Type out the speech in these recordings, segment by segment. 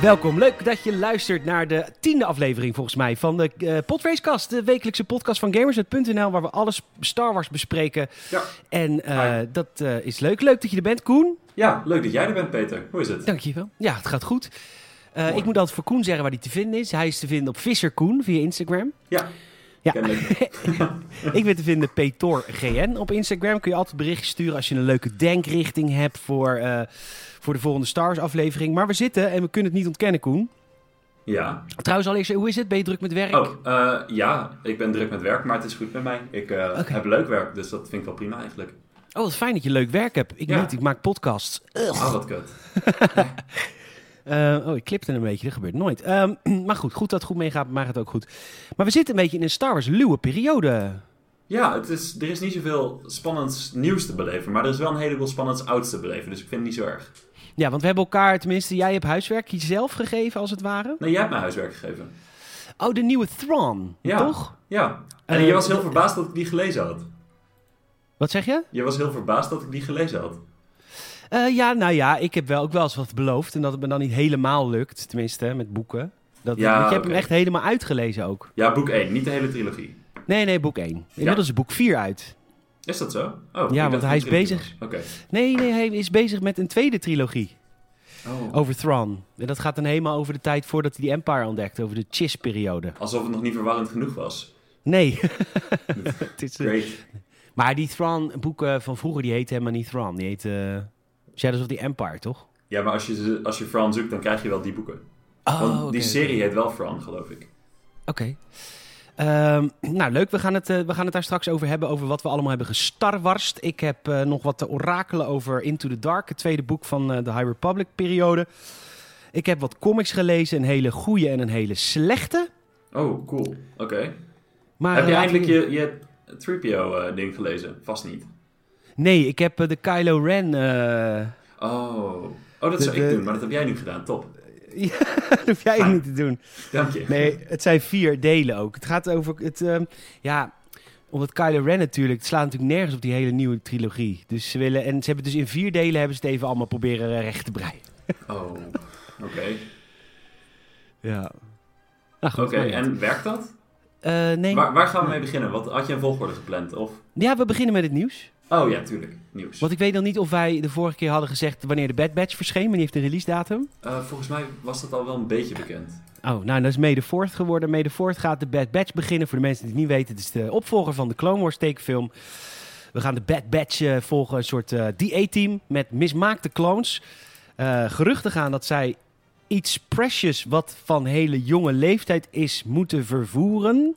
Welkom, leuk dat je luistert naar de 10e aflevering volgens mij van de Podracecast. De wekelijkse podcast van Gamersnet.nl waar we alles Star Wars bespreken. Ja. En dat is leuk. Leuk dat je er bent, Koen. Ja, leuk dat jij er bent, Peter. Hoe is het? Dankjewel. Ja, het gaat goed. Ik moet altijd voor Koen zeggen waar hij te vinden is. Hij is te vinden op Visser Koen via Instagram. Ja. Ja. Ik ben te vinden PetorGN op Instagram. Kun je altijd berichtjes sturen als je een leuke denkrichting hebt voor de volgende Star Wars aflevering. Maar we zitten en we kunnen het niet ontkennen, Koen. Ja. Trouwens, allereerst, hoe is het? Ben je druk met werk? Ja, ik ben druk met werk, maar het is goed met mij. Ik heb leuk werk, dus dat vind ik wel prima eigenlijk. Oh, wat fijn dat je leuk werk hebt. Ik niet, ik maak podcasts. Oh, wat kut. Ik klipte een beetje, dat gebeurt nooit. Maar goed dat het goed meegaat, maar het ook goed. Maar we zitten een beetje in een Star Wars luwe periode. Ja, er is niet zoveel spannends nieuws te beleven, maar er is wel een heleboel spannends ouds te beleven, dus ik vind het niet zo erg. Ja, want we hebben elkaar, tenminste, jij hebt huiswerk jezelf gegeven, als het ware. Nee, jij hebt mij huiswerk gegeven. Oh, de nieuwe Thrawn, toch? Ja, en je was heel verbaasd dat ik die gelezen had. Wat zeg je? Je was heel verbaasd dat ik die gelezen had. Ik heb wel ook wel eens wat beloofd en dat het me dan niet helemaal lukt, tenminste, met boeken. Want je hebt hem echt helemaal uitgelezen ook. Ja, boek 1, niet de hele trilogie. Nee, boek 1. Inmiddels is boek 4 uit. Is dat zo? Oh, ja, want hij is bezig. Okay. Nee, hij is bezig met een tweede trilogie. Oh. Over Thrawn. En dat gaat dan helemaal over de tijd voordat hij die Empire ontdekt. Over de Chiss-periode. Alsof het nog niet verwarrend genoeg was. Nee. Het is, Great. Maar die Thrawn-boeken van vroeger, die heten helemaal niet Thrawn. Die heten Shadows of the Empire, toch? Ja, maar als je Thrawn zoekt, dan krijg je wel die boeken. Want die serie heet wel Thrawn, geloof ik. Oké. Leuk. We gaan het daar straks over hebben, over wat we allemaal hebben gestarwarst. Ik heb nog wat te orakelen over Into the Dark, het tweede boek van de High Republic-periode. Ik heb wat comics gelezen, een hele goede en een hele slechte. Oh, cool. Oké. Maar heb je eindelijk je 3PO-ding gelezen? Vast niet. Nee, ik heb de Kylo Ren... dat zou ik doen, maar dat heb jij nu gedaan. Top. Ja, dat hoef jij niet te doen. Dank je. Nee, het zijn 4 delen ook. Het gaat over omdat Kylo Ren natuurlijk, het slaat natuurlijk nergens op die hele nieuwe trilogie. Dus ze hebben dus in 4 delen hebben ze het even allemaal proberen recht te breien. Oh, oké. Ja. Oké, en werkt dat? Nee. Waar gaan we mee beginnen? Had je een volgorde gepland? Of? Ja, we beginnen met het nieuws. Oh ja, tuurlijk. Nieuws. Want ik weet dan niet of wij de vorige keer hadden gezegd wanneer de Bad Batch verscheen. Wanneer heeft de release datum? Volgens mij was dat al wel een beetje bekend. Oh, nou, dat is May the 4th geworden. May the 4th gaat de Bad Batch beginnen. Voor de mensen die het niet weten, het is de opvolger van de Clone Wars tekenfilm. We gaan de Bad Batch volgen, een soort DA-team met mismaakte clones. Geruchten gaan dat zij iets precious wat van hele jonge leeftijd is moeten vervoeren.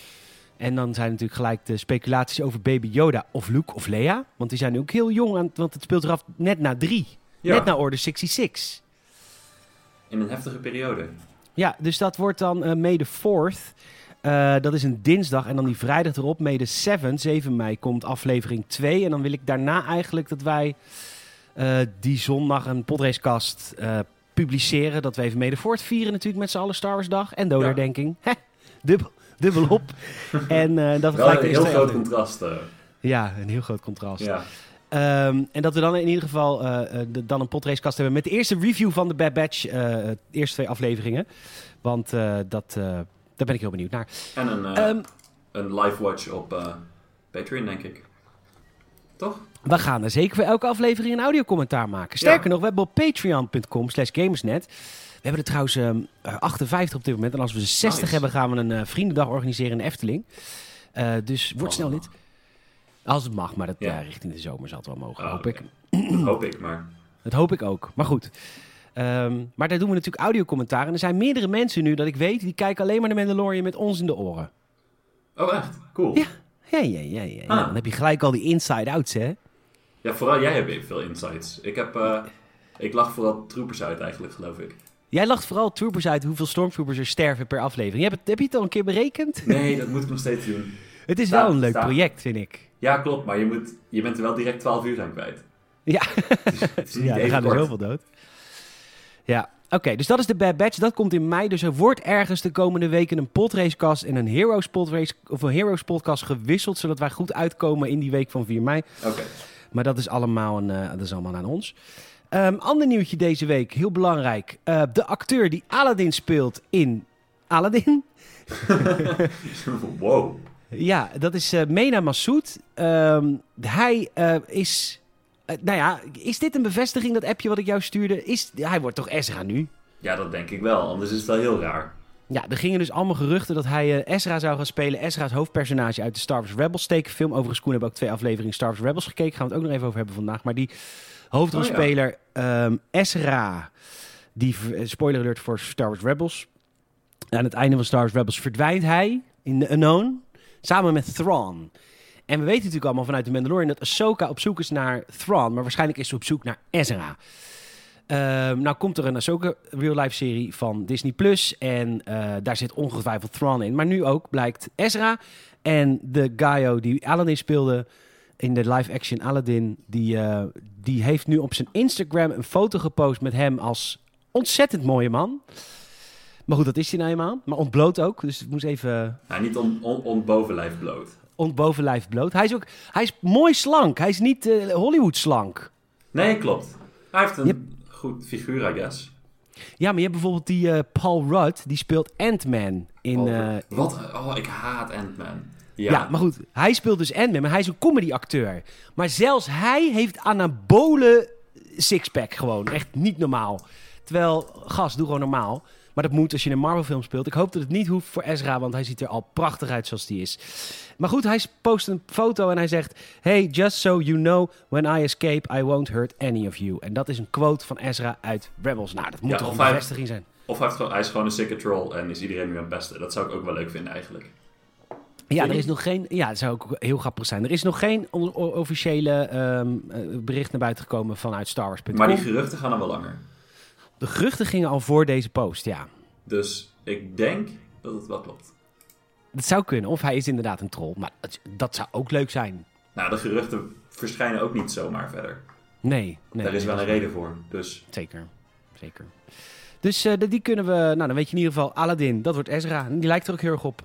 En dan zijn natuurlijk gelijk de speculaties over Baby Yoda of Luke of Leia. Want die zijn nu ook heel jong, want het speelt eraf net na 3. Ja. Net na Order 66. In een heftige periode. Ja, dus dat wordt dan May the 4th. Dat is een dinsdag en dan die vrijdag erop, May the 7th, 7 mei, komt aflevering 2. En dan wil ik daarna eigenlijk dat wij die zondag een Podracecast publiceren. Dat we even May the 4th vieren natuurlijk met z'n allen Star Wars dag. En dodenherdenking. Ja. Dubbel op. En dat wel een heel groot contrast. Ja, een heel groot contrast. Ja. En dat we dan in ieder geval dan een Podracecast hebben met de eerste review van de Bad Batch. De eerste 2 afleveringen. Want daar ben ik heel benieuwd naar. En een live watch op Patreon, denk ik. Toch? We gaan er zeker voor elke aflevering een audiocommentaar maken. Sterker nog, we hebben op patreon.com/gamersnet... We hebben er trouwens 58 op dit moment. En als we ze 60 hebben, gaan we een vriendendag organiseren in de Efteling. Dus word snel lid. Als het mag, maar dat richting de zomer zal het wel mogen, hoop ik. Dat hoop ik, maar... Dat hoop ik ook, maar goed. Maar daar doen we natuurlijk audiocommentaar. En er zijn meerdere mensen nu, dat ik weet, die kijken alleen maar de Mandalorian met ons in de oren. Oh, echt? Cool. Ja. Dan heb je gelijk al die inside-outs, hè? Ja, vooral jij hebt even veel insights. Ik lach vooral troopers uit eigenlijk, geloof ik. Jij lacht vooral troopers uit hoeveel stormtroopers er sterven per aflevering. Heb je het al een keer berekend? Nee, dat moet ik nog steeds doen. Het is wel een leuk project, vind ik. Ja, klopt. Maar je bent er wel direct 12 uur aan kwijt. Ja, het is niet er gaan er zoveel dood. Ja, oké. Dus dat is de Bad Batch. Dat komt in mei. Dus er wordt ergens de komende weken een Podracecast en een Heroes podcast gewisseld. Zodat wij goed uitkomen in die week van 4 mei. Oké. Maar dat is allemaal aan ons. Ander nieuwtje deze week, heel belangrijk. De acteur die Aladdin speelt in Aladdin. Wow. Ja, dat is Mena Massoud. Hij is... is dit een bevestiging, dat appje wat ik jou stuurde? Hij wordt toch Ezra nu? Ja, dat denk ik wel. Anders is het wel heel raar. Ja, er gingen dus allemaal geruchten dat hij Ezra zou gaan spelen. Ezra is hoofdpersonage uit de Star Wars Rebels tekenfilm. Overigens, Koen hebben ook 2 afleveringen Star Wars Rebels gekeken. Gaan we het ook nog even over hebben vandaag. Maar die hoofdrolspeler Ezra, die, spoiler alert voor Star Wars Rebels. Aan het einde van Star Wars Rebels verdwijnt hij in The Unknown. Samen met Thrawn. En we weten natuurlijk allemaal vanuit de Mandalorian dat Ahsoka op zoek is naar Thrawn. Maar waarschijnlijk is ze op zoek naar Ezra. Nou komt er een Ahsoka real-life serie van Disney+. En daar zit ongetwijfeld Thrawn in. Maar nu ook blijkt Ezra. En de Gaio die Aladdin speelde in de live-action Aladdin... Die heeft nu op zijn Instagram een foto gepost met hem als ontzettend mooie man. Maar goed, dat is hij nou eenmaal. Maar ontbloot ook, dus het moest even... Ja, niet ontbovenlijf bloot. Ontbovenlijf bloot. Hij is mooi slank. Hij is niet Hollywood slank. Nee, klopt. Hij heeft een goed figuur, I guess. Ja, maar je hebt bijvoorbeeld die Paul Rudd, die speelt Ant-Man in... Wat? Oh, ik haat Ant-Man. Ja, maar goed. Hij speelt dus Ant-Man, maar hij is een comedy-acteur. Maar zelfs hij heeft anabole sixpack gewoon. Echt niet normaal. Terwijl, gast, doe gewoon normaal. Maar dat moet als je in een Marvel-film speelt. Ik hoop dat het niet hoeft voor Ezra, want hij ziet er al prachtig uit zoals hij is. Maar goed, hij post een foto en hij zegt... Hey, just so you know, when I escape, I won't hurt any of you. En dat is een quote van Ezra uit Rebels. Nou, dat moet toch een bevestiging zijn. Of hij is gewoon een sikke troll en is iedereen nu aan het pesten. Dat zou ik ook wel leuk vinden eigenlijk. Ja, er is nog geen... Ja, dat zou ook heel grappig zijn. Er is nog geen officiële bericht naar buiten gekomen vanuit StarWars.com. Maar die geruchten gaan al wel langer. De geruchten gingen al voor deze post, ja. Dus ik denk dat het wel klopt. Dat zou kunnen. Of hij is inderdaad een troll. Maar dat zou ook leuk zijn. Nou, de geruchten verschijnen ook niet zomaar verder. Nee. Daar is wel een reden voor. Dus. Zeker. Dus die kunnen we... Nou, dan weet je in ieder geval Aladdin. Dat wordt Ezra. En die lijkt er ook heel erg op.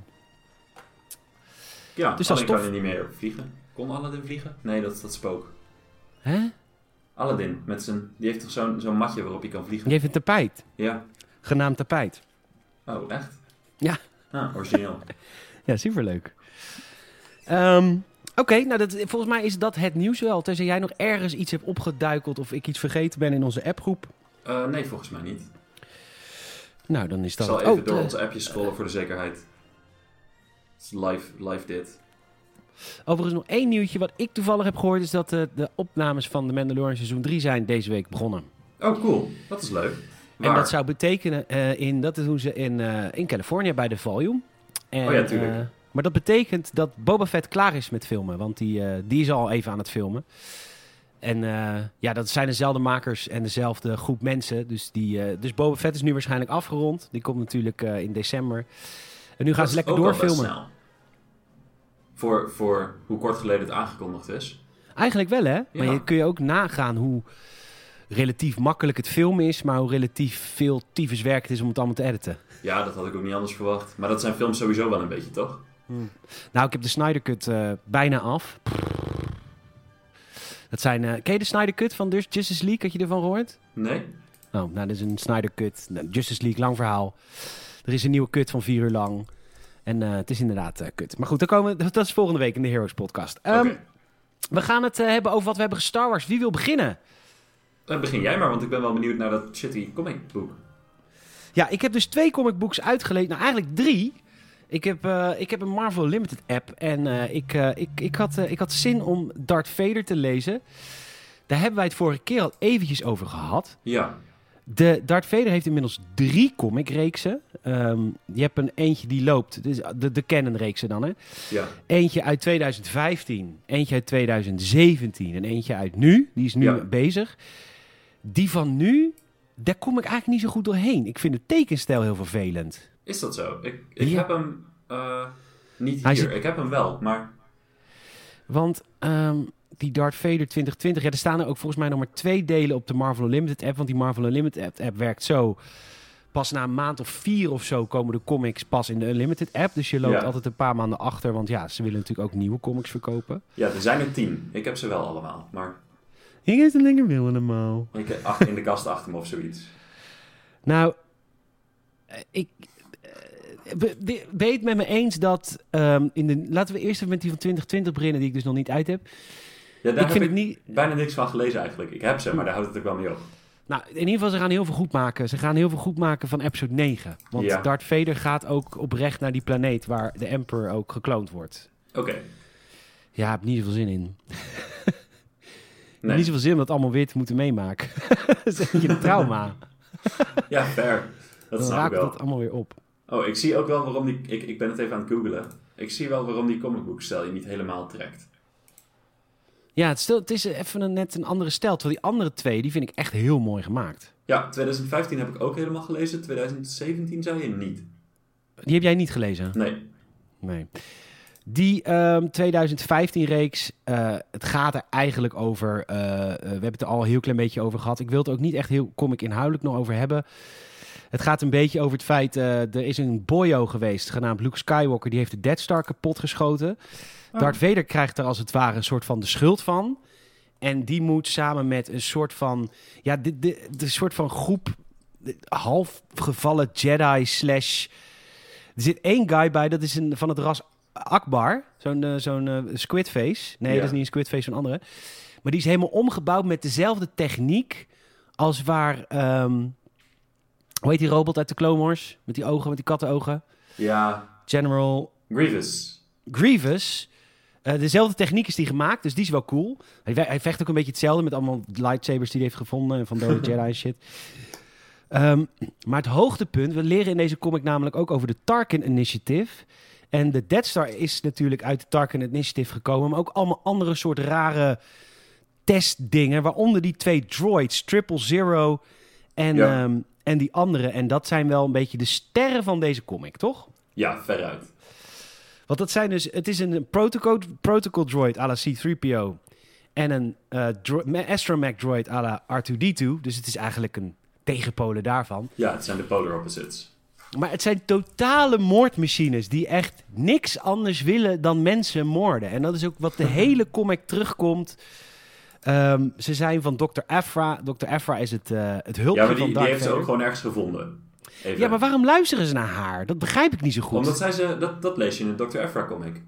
Ja, dus Aladdin kan er niet meer vliegen. Kon Aladdin vliegen? Nee, dat is dat spook. Hè? Aladdin, die heeft toch zo'n matje waarop hij kan vliegen? Die heeft een tapijt. Ja. Genaamd tapijt. Oh, echt? Ja. Ah, origineel. Ja, superleuk. Oké, nou volgens mij is dat het nieuws wel. Tenzij jij nog ergens iets hebt opgeduikeld of ik iets vergeten ben in onze appgroep. Nee, volgens mij niet. Nou, dan is dat... Ik zal even door onze appjes scrollen voor de zekerheid. Het is live dit. Overigens nog 1 nieuwtje wat ik toevallig heb gehoord... is dat de opnames van The Mandalorian seizoen 3 zijn deze week begonnen. Oh, cool. Dat is leuk. Waar? En dat zou betekenen... dat doen ze in Californië bij de Volume. En, oh ja, tuurlijk. Maar dat betekent dat Boba Fett klaar is met filmen. Want die is al even aan het filmen. En dat zijn dezelfde makers en dezelfde groep mensen. Dus Boba Fett is nu waarschijnlijk afgerond. Die komt natuurlijk in december. En nu gaan ze lekker doorfilmen. Voor hoe kort geleden het aangekondigd is. Eigenlijk wel, hè? Ja. Maar je kun je ook nagaan hoe relatief makkelijk het filmen is... maar hoe relatief veel tyfus werk het is om het allemaal te editen. Ja, dat had ik ook niet anders verwacht. Maar dat zijn films sowieso wel een beetje, toch? Nou, ik heb de Snyder Cut bijna af. Dat zijn... ken je de Snyder Cut van Justice League? Had je ervan gehoord? Nee. Oh, nou, dat is een Snyder Cut. Justice League, lang verhaal. Er is een nieuwe cut van 4 uur lang. En het is inderdaad kut. Maar goed, dat is volgende week in de Heroes podcast. Okay. We gaan het hebben over wat we hebben gestar Wars. Wie wil beginnen? Begin jij maar, want ik ben wel benieuwd naar dat shitty comicboek. Ja, ik heb dus 2 comicbooks uitgelezen. Nou, eigenlijk 3. Ik heb een Marvel Limited app. En ik had zin om Darth Vader te lezen. Daar hebben wij het vorige keer al eventjes over gehad. Ja. De Darth Vader heeft inmiddels 3 comicreeksen. Je hebt eentje die loopt. Dus de Canon-reeksen dan, hè? Ja. Eentje uit 2015. Eentje uit 2017. En eentje uit nu. Die is nu bezig. Die van nu, daar kom ik eigenlijk niet zo goed doorheen. Ik vind de tekenstijl heel vervelend. Is dat zo? Ik heb hem niet hier. Ik heb hem wel, maar... Want die Darth Vader 2020... Ja, er staan er ook volgens mij nog maar 2 delen op de Marvel Unlimited app. Want die Marvel Unlimited app werkt zo. Pas na een maand of 4 of zo komen de comics pas in de Unlimited app. Dus je loopt altijd een paar maanden achter. Want ja, ze willen natuurlijk ook nieuwe comics verkopen. Ja, er zijn er 10. Ik heb ze wel allemaal, maar... Ik heb een lekker wil allemaal. In de kast achter me of zoiets. Nou, ben je het met me eens dat... laten we eerst even met die van 2020 beginnen, die ik dus nog niet uit heb. Ja, daar heb ik bijna niks van gelezen eigenlijk. Ik heb ze, maar daar houdt het ook wel mee op. Nou, in ieder geval, ze gaan heel veel goed maken. Ze gaan heel veel goed maken van episode 9. Want Darth Vader gaat ook oprecht naar die planeet waar de Emperor ook gekloond wordt. Oké. Ja, ik heb niet zoveel zin in. Nee. Niet zoveel zin om dat allemaal weer te moeten meemaken. Dat is een beetje een trauma. Ja, fair. Dat dan snap ik wel. raakt het allemaal weer op. Oh, ik zie ook wel waarom die... Ik ben het even aan het googlen. Ik zie wel waarom die comicboekstijl je niet helemaal trekt. Ja, het is even net een andere stijl. Terwijl die andere twee, die vind ik echt heel mooi gemaakt. Ja, 2015 heb ik ook helemaal gelezen. 2017 zei je niet. Die heb jij niet gelezen? Nee. Die 2015-reeks, het gaat er eigenlijk over... we hebben het er al een heel klein beetje over gehad. Ik wil het ook niet echt heel comic inhoudelijk nog over hebben. Het gaat een beetje over het feit... er is een boyo geweest, genaamd Luke Skywalker. Die heeft de Death Star kapot geschoten. Darth Vader krijgt er als het ware een soort van de schuld van. En die moet samen met een soort van... Ja, de soort van groep... halfgevallen Jedi / Er zit één guy bij, dat is van het ras Akbar. Zo'n Squidface. Nee, dat is niet een Squidface, zo'n andere. Maar die is helemaal omgebouwd met dezelfde techniek... als waar... hoe heet die robot uit de Clone Wars? Met die ogen, met die kattenogen. Ja. General... Grievous. Dezelfde techniek is die gemaakt, dus die is wel cool. Hij vecht ook een beetje hetzelfde met allemaal lightsabers die hij heeft gevonden... en van dode Jedi en shit. Maar het hoogtepunt... We leren in deze comic namelijk ook over de Tarkin Initiative... En de Death Star is natuurlijk uit de Tarkin Initiative gekomen... maar ook allemaal andere soort rare testdingen... waaronder die 2 droids, 000 en die andere. En dat zijn wel een beetje de sterren van deze comic, toch? Ja, veruit. Want dat zijn dus... Het is een protocol droid à la C-3PO... en een astromech droid à la R2-D2. Dus het is eigenlijk een tegenpolen daarvan. Ja, het zijn de polar opposites. Maar het zijn totale moordmachines die echt niks anders willen dan mensen moorden. En dat is ook wat de hele comic terugkomt. Ze zijn van Dr. Aphra. Dr. Aphra is het hulpje van Darth Vader. Die heeft ze ook gewoon ergens gevonden. Even. Ja, maar waarom luisteren ze naar haar? Dat begrijp ik niet zo goed. Omdat dat lees je in de Dr. Aphra comic.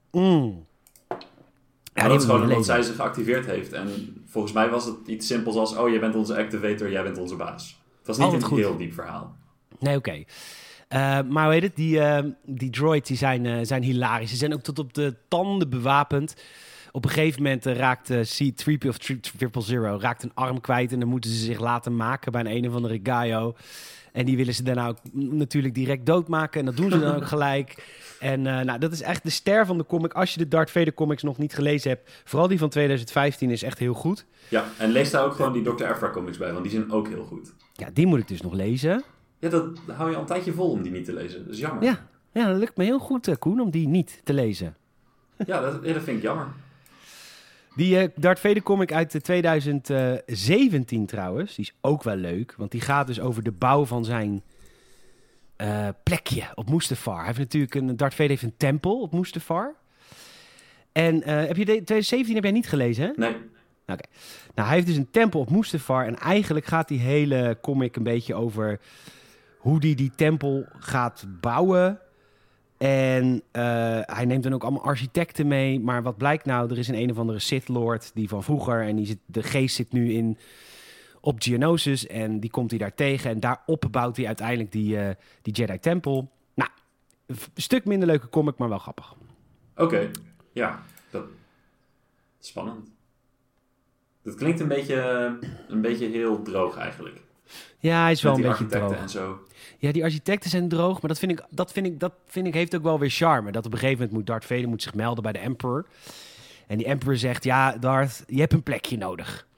Ja, dat is gewoon omdat zij ze geactiveerd heeft. En volgens mij was het iets simpels als... Oh, jij bent onze activator, jij bent onze baas. Het was niet een heel diep verhaal. Nee, oké. Maar hoe heet het? Die droids die zijn hilarisch. Ze zijn ook tot op de tanden bewapend. Op een gegeven moment raakt C-3PO of 000 raakt een arm kwijt... en dan moeten ze zich laten maken bij een of andere Gaio. En die willen ze daarna ook natuurlijk direct doodmaken. En dat doen ze dan ook gelijk. En dat is echt de ster van de comic. Als je de Darth Vader comics nog niet gelezen hebt... vooral die van 2015 is echt heel goed. Ja, en lees daar ook gewoon die Dr. Aphra comics bij... want die zijn ook heel goed. Ja, die moet ik dus nog lezen... Ja, dat hou je al een tijdje vol om die niet te lezen. Dat is jammer. Ja, dat lukt me heel goed, Koen, om die niet te lezen. Ja, dat vind ik jammer. Die Darth Vader comic uit 2017 trouwens, die is ook wel leuk. Want die gaat dus over de bouw van zijn plekje op Mustafar. Hij heeft natuurlijk Darth Vader heeft een tempel op Mustafar. En heb je 2017 heb jij niet gelezen, hè? Nee. Oké. Nou, hij heeft dus een tempel op Mustafar. En eigenlijk gaat die hele comic een beetje over... hoe die tempel gaat bouwen. En hij neemt dan ook allemaal architecten mee. Maar wat blijkt nou? Er is een of andere Sith Lord die van vroeger... en de geest zit nu op Geonosis en die komt hij daar tegen. En daarop bouwt hij uiteindelijk die Jedi-tempel. Nou, een stuk minder leuke comic, maar wel grappig. Oké, ja. Spannend. Dat klinkt een beetje heel droog eigenlijk. Ja, hij is wel een beetje droog. En zo. Ja, die architecten zijn droog, maar dat vind ik heeft ook wel weer charme. Dat op een gegeven moment Darth Vader zich melden bij de Emperor. En die Emperor zegt, ja, Darth, je hebt een plekje nodig.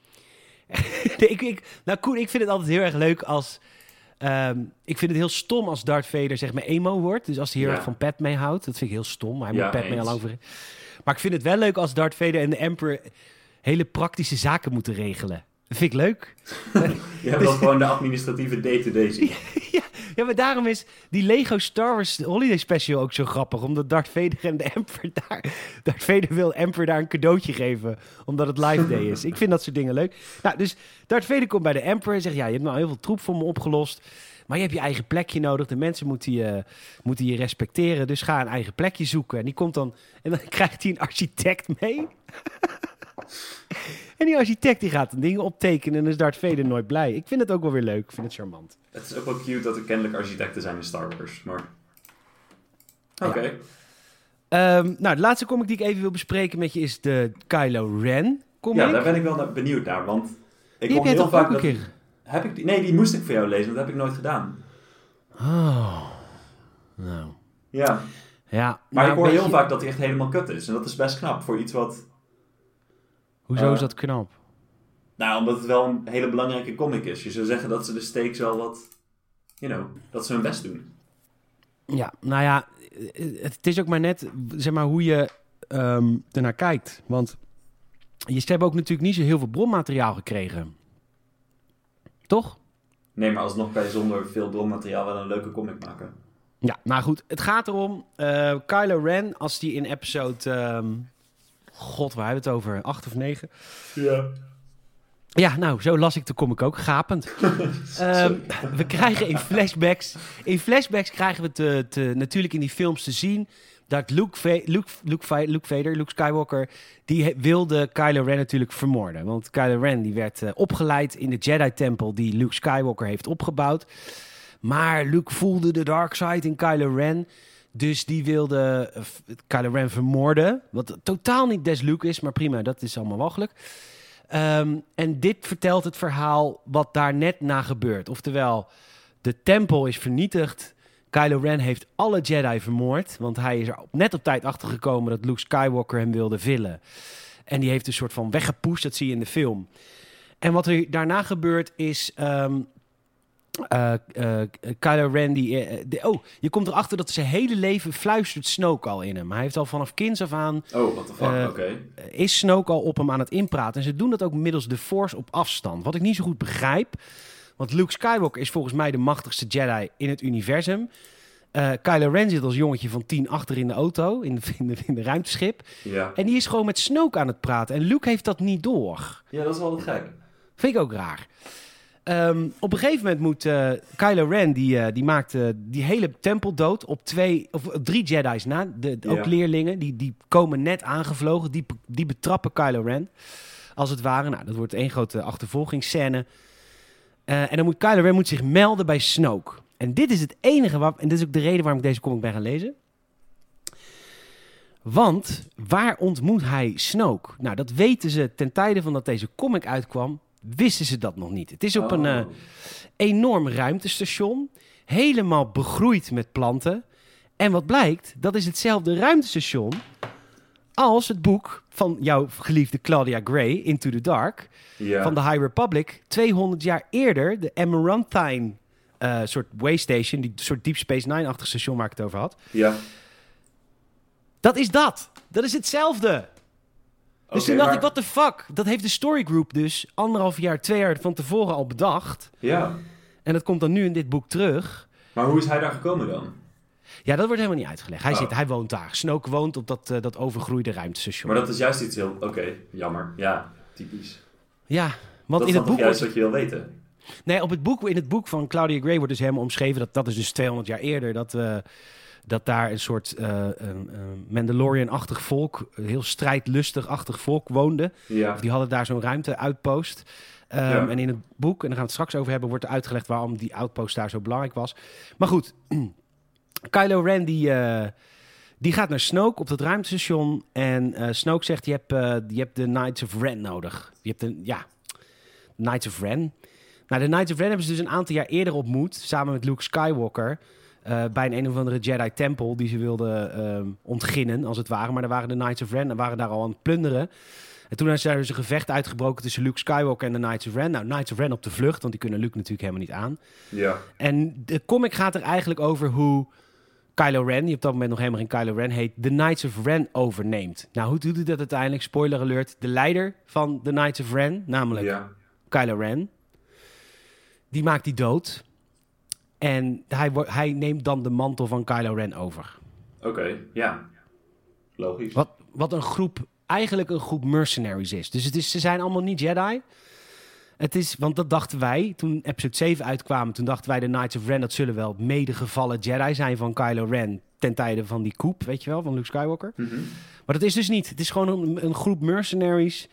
Koen, ik vind het altijd heel erg leuk als... ik vind het heel stom als Darth Vader zeg maar emo wordt. Dus als hij heel erg van Padmé houdt. Dat vind ik heel stom. Hij moet Padmé al lang voor... Maar ik vind het wel leuk als Darth Vader en de Emperor... hele praktische zaken moeten regelen. Dat vind ik leuk. Je hebt dan gewoon de administratieve day-to-day zien. Ja, maar daarom is die Lego Star Wars Holiday Special ook zo grappig. Omdat Darth Vader en de Emperor Darth Vader wil Emperor daar een cadeautje geven. Omdat het live day is. Ik vind dat soort dingen leuk. Nou, dus Darth Vader komt bij de Emperor en zegt... Ja, je hebt nou heel veel troep voor me opgelost. Maar je hebt je eigen plekje nodig. De mensen moeten je respecteren. Dus ga een eigen plekje zoeken. En die komt dan... En dan krijgt hij een architect mee. En die architect die gaat een dingen optekenen. En dan is Darth Vader nooit blij. Ik vind het ook wel weer leuk. Ik vind het charmant. Het is ook wel cute dat er kennelijk architecten zijn in Star Wars. Maar... Oké. Ja. Nou, de laatste comic die ik even wil bespreken met je is de Kylo Ren comic. Ja, daar ben ik wel benieuwd naar. Want ik die kom heb heel vaak... een keer... Heb ik die? Nee, die moest ik voor jou lezen. Dat heb ik nooit gedaan. Oh. Nou. Ja. Ja. Maar nou, ik hoor heel vaak dat hij echt helemaal kut is. En dat is best knap voor iets wat... Hoezo is dat knap? Nou, omdat het wel een hele belangrijke comic is. Je zou zeggen dat ze de stakes wel wat... dat ze hun best doen. Ja, nou ja, het is ook maar net, zeg maar, hoe je ernaar kijkt. Want ze hebben ook natuurlijk niet zo heel veel bronmateriaal gekregen. Toch? Nee, maar alsnog kan je zonder veel bronmateriaal wel een leuke comic maken. Ja, nou goed. Het gaat erom, Kylo Ren, als die in episode... God, waar hebben we het over? 8 of 9? Ja. Ja, nou, zo las ik de comic ook. Gapend. We krijgen in flashbacks... In flashbacks krijgen we natuurlijk in die films te zien... dat Luke Skywalker... die wilde Kylo Ren natuurlijk vermoorden. Want Kylo Ren die werd opgeleid in de Jedi-tempel... die Luke Skywalker heeft opgebouwd. Maar Luke voelde de dark side in Kylo Ren... Dus die wilde Kylo Ren vermoorden. Wat totaal niet des Luke is, maar prima, dat is allemaal walgelijk. En dit vertelt het verhaal wat daar net na gebeurt. Oftewel, de tempel is vernietigd. Kylo Ren heeft alle Jedi vermoord. Want hij is er net op tijd achter gekomen dat Luke Skywalker hem wilde villen. En die heeft een soort van weggepusht, dat zie je in de film. En wat er daarna gebeurt is... Kylo Ren je komt erachter dat zijn hele leven fluistert Snoke al in hem. Hij heeft al vanaf kinds af aan... Oh, what the fuck, oké. Is Snoke al op hem aan het inpraten. En ze doen dat ook middels de Force op afstand. Wat ik niet zo goed begrijp. Want Luke Skywalker is volgens mij de machtigste Jedi in het universum. Kylo Ren zit als jongetje van 10 achter in de auto. In de ruimteschip. Ja. En die is gewoon met Snoke aan het praten. En Luke heeft dat niet door. Ja, dat is wel wat gek. Vind ik ook raar. Op een gegeven moment moet Kylo Ren, die maakt die hele tempel dood op 3 Jedi's na. Ook leerlingen, die komen net aangevlogen. Die betrappen Kylo Ren, als het ware. Nou, dat wordt één grote achtervolgingsscène. En dan moet Kylo Ren zich melden bij Snoke. En dit is het enige, en dit is ook de reden waarom ik deze comic ben gaan lezen. Want waar ontmoet hij Snoke? Nou, dat weten ze ten tijde van dat deze comic uitkwam. Wisten ze dat nog niet. Het is op een enorm ruimtestation. Helemaal begroeid met planten. En wat blijkt, dat is hetzelfde ruimtestation... als het boek van jouw geliefde Claudia Gray, Into the Dark... van de High Republic. 200 jaar eerder, de Amaranthine soort waystation... die soort Deep Space Nine-achtig station waar ik het over had. Ja. Dat is dat. Dat is hetzelfde. Dus toen dacht ik, what the fuck? Dat heeft de Story Group dus 1,5 jaar, 2 jaar van tevoren al bedacht. Ja. En dat komt dan nu in dit boek terug. Maar hoe is hij daar gekomen dan? Ja, dat wordt helemaal niet uitgelegd. Hij woont daar. Snoke woont op dat overgroeide ruimtestation. Maar dat is juist iets heel... Oké, jammer. Ja, typisch. Ja, want dat in het boek... Dat is juist wat je wil weten. Nee, in het boek van Claudia Gray wordt dus helemaal omschreven... dat is dus 200 jaar eerder... dat daar een soort Mandalorian-achtig volk... heel strijdlustig-achtig volk woonde. Ja. Of die hadden daar zo'n ruimte-outpost. En in het boek, en daar gaan we het straks over hebben... wordt er uitgelegd waarom die outpost daar zo belangrijk was. Maar goed, Kylo Ren die gaat naar Snoke op dat ruimtestation... en Snoke zegt, je hebt de Knights of Ren nodig. Je hebt de Knights of Ren. Nou, de Knights of Ren hebben ze dus een aantal jaar eerder ontmoet... samen met Luke Skywalker... bij een of andere Jedi-tempel die ze wilden ontginnen, als het ware. Maar daar waren de Knights of Ren waren daar al aan het plunderen. En toen is er dus een gevecht uitgebroken tussen Luke Skywalker en de Knights of Ren. Nou, Knights of Ren op de vlucht, want die kunnen Luke natuurlijk helemaal niet aan. Ja. En de comic gaat er eigenlijk over hoe Kylo Ren, die op dat moment nog helemaal geen Kylo Ren heet, de Knights of Ren overneemt. Nou, hoe doet hij dat uiteindelijk? Spoiler alert. De leider van de Knights of Ren, namelijk Kylo Ren, die maakt die dood. En hij neemt dan de mantel van Kylo Ren over. Oké, ja. Logisch. Wat eigenlijk een groep mercenaries is. Dus ze zijn allemaal niet Jedi. Want dat dachten wij, toen episode 7 uitkwam, toen dachten wij de Knights of Ren, dat zullen wel medegevallen Jedi zijn van Kylo Ren ten tijde van die coup, weet je wel, van Luke Skywalker. Mm-hmm. Maar dat is dus niet. Het is gewoon een groep mercenaries.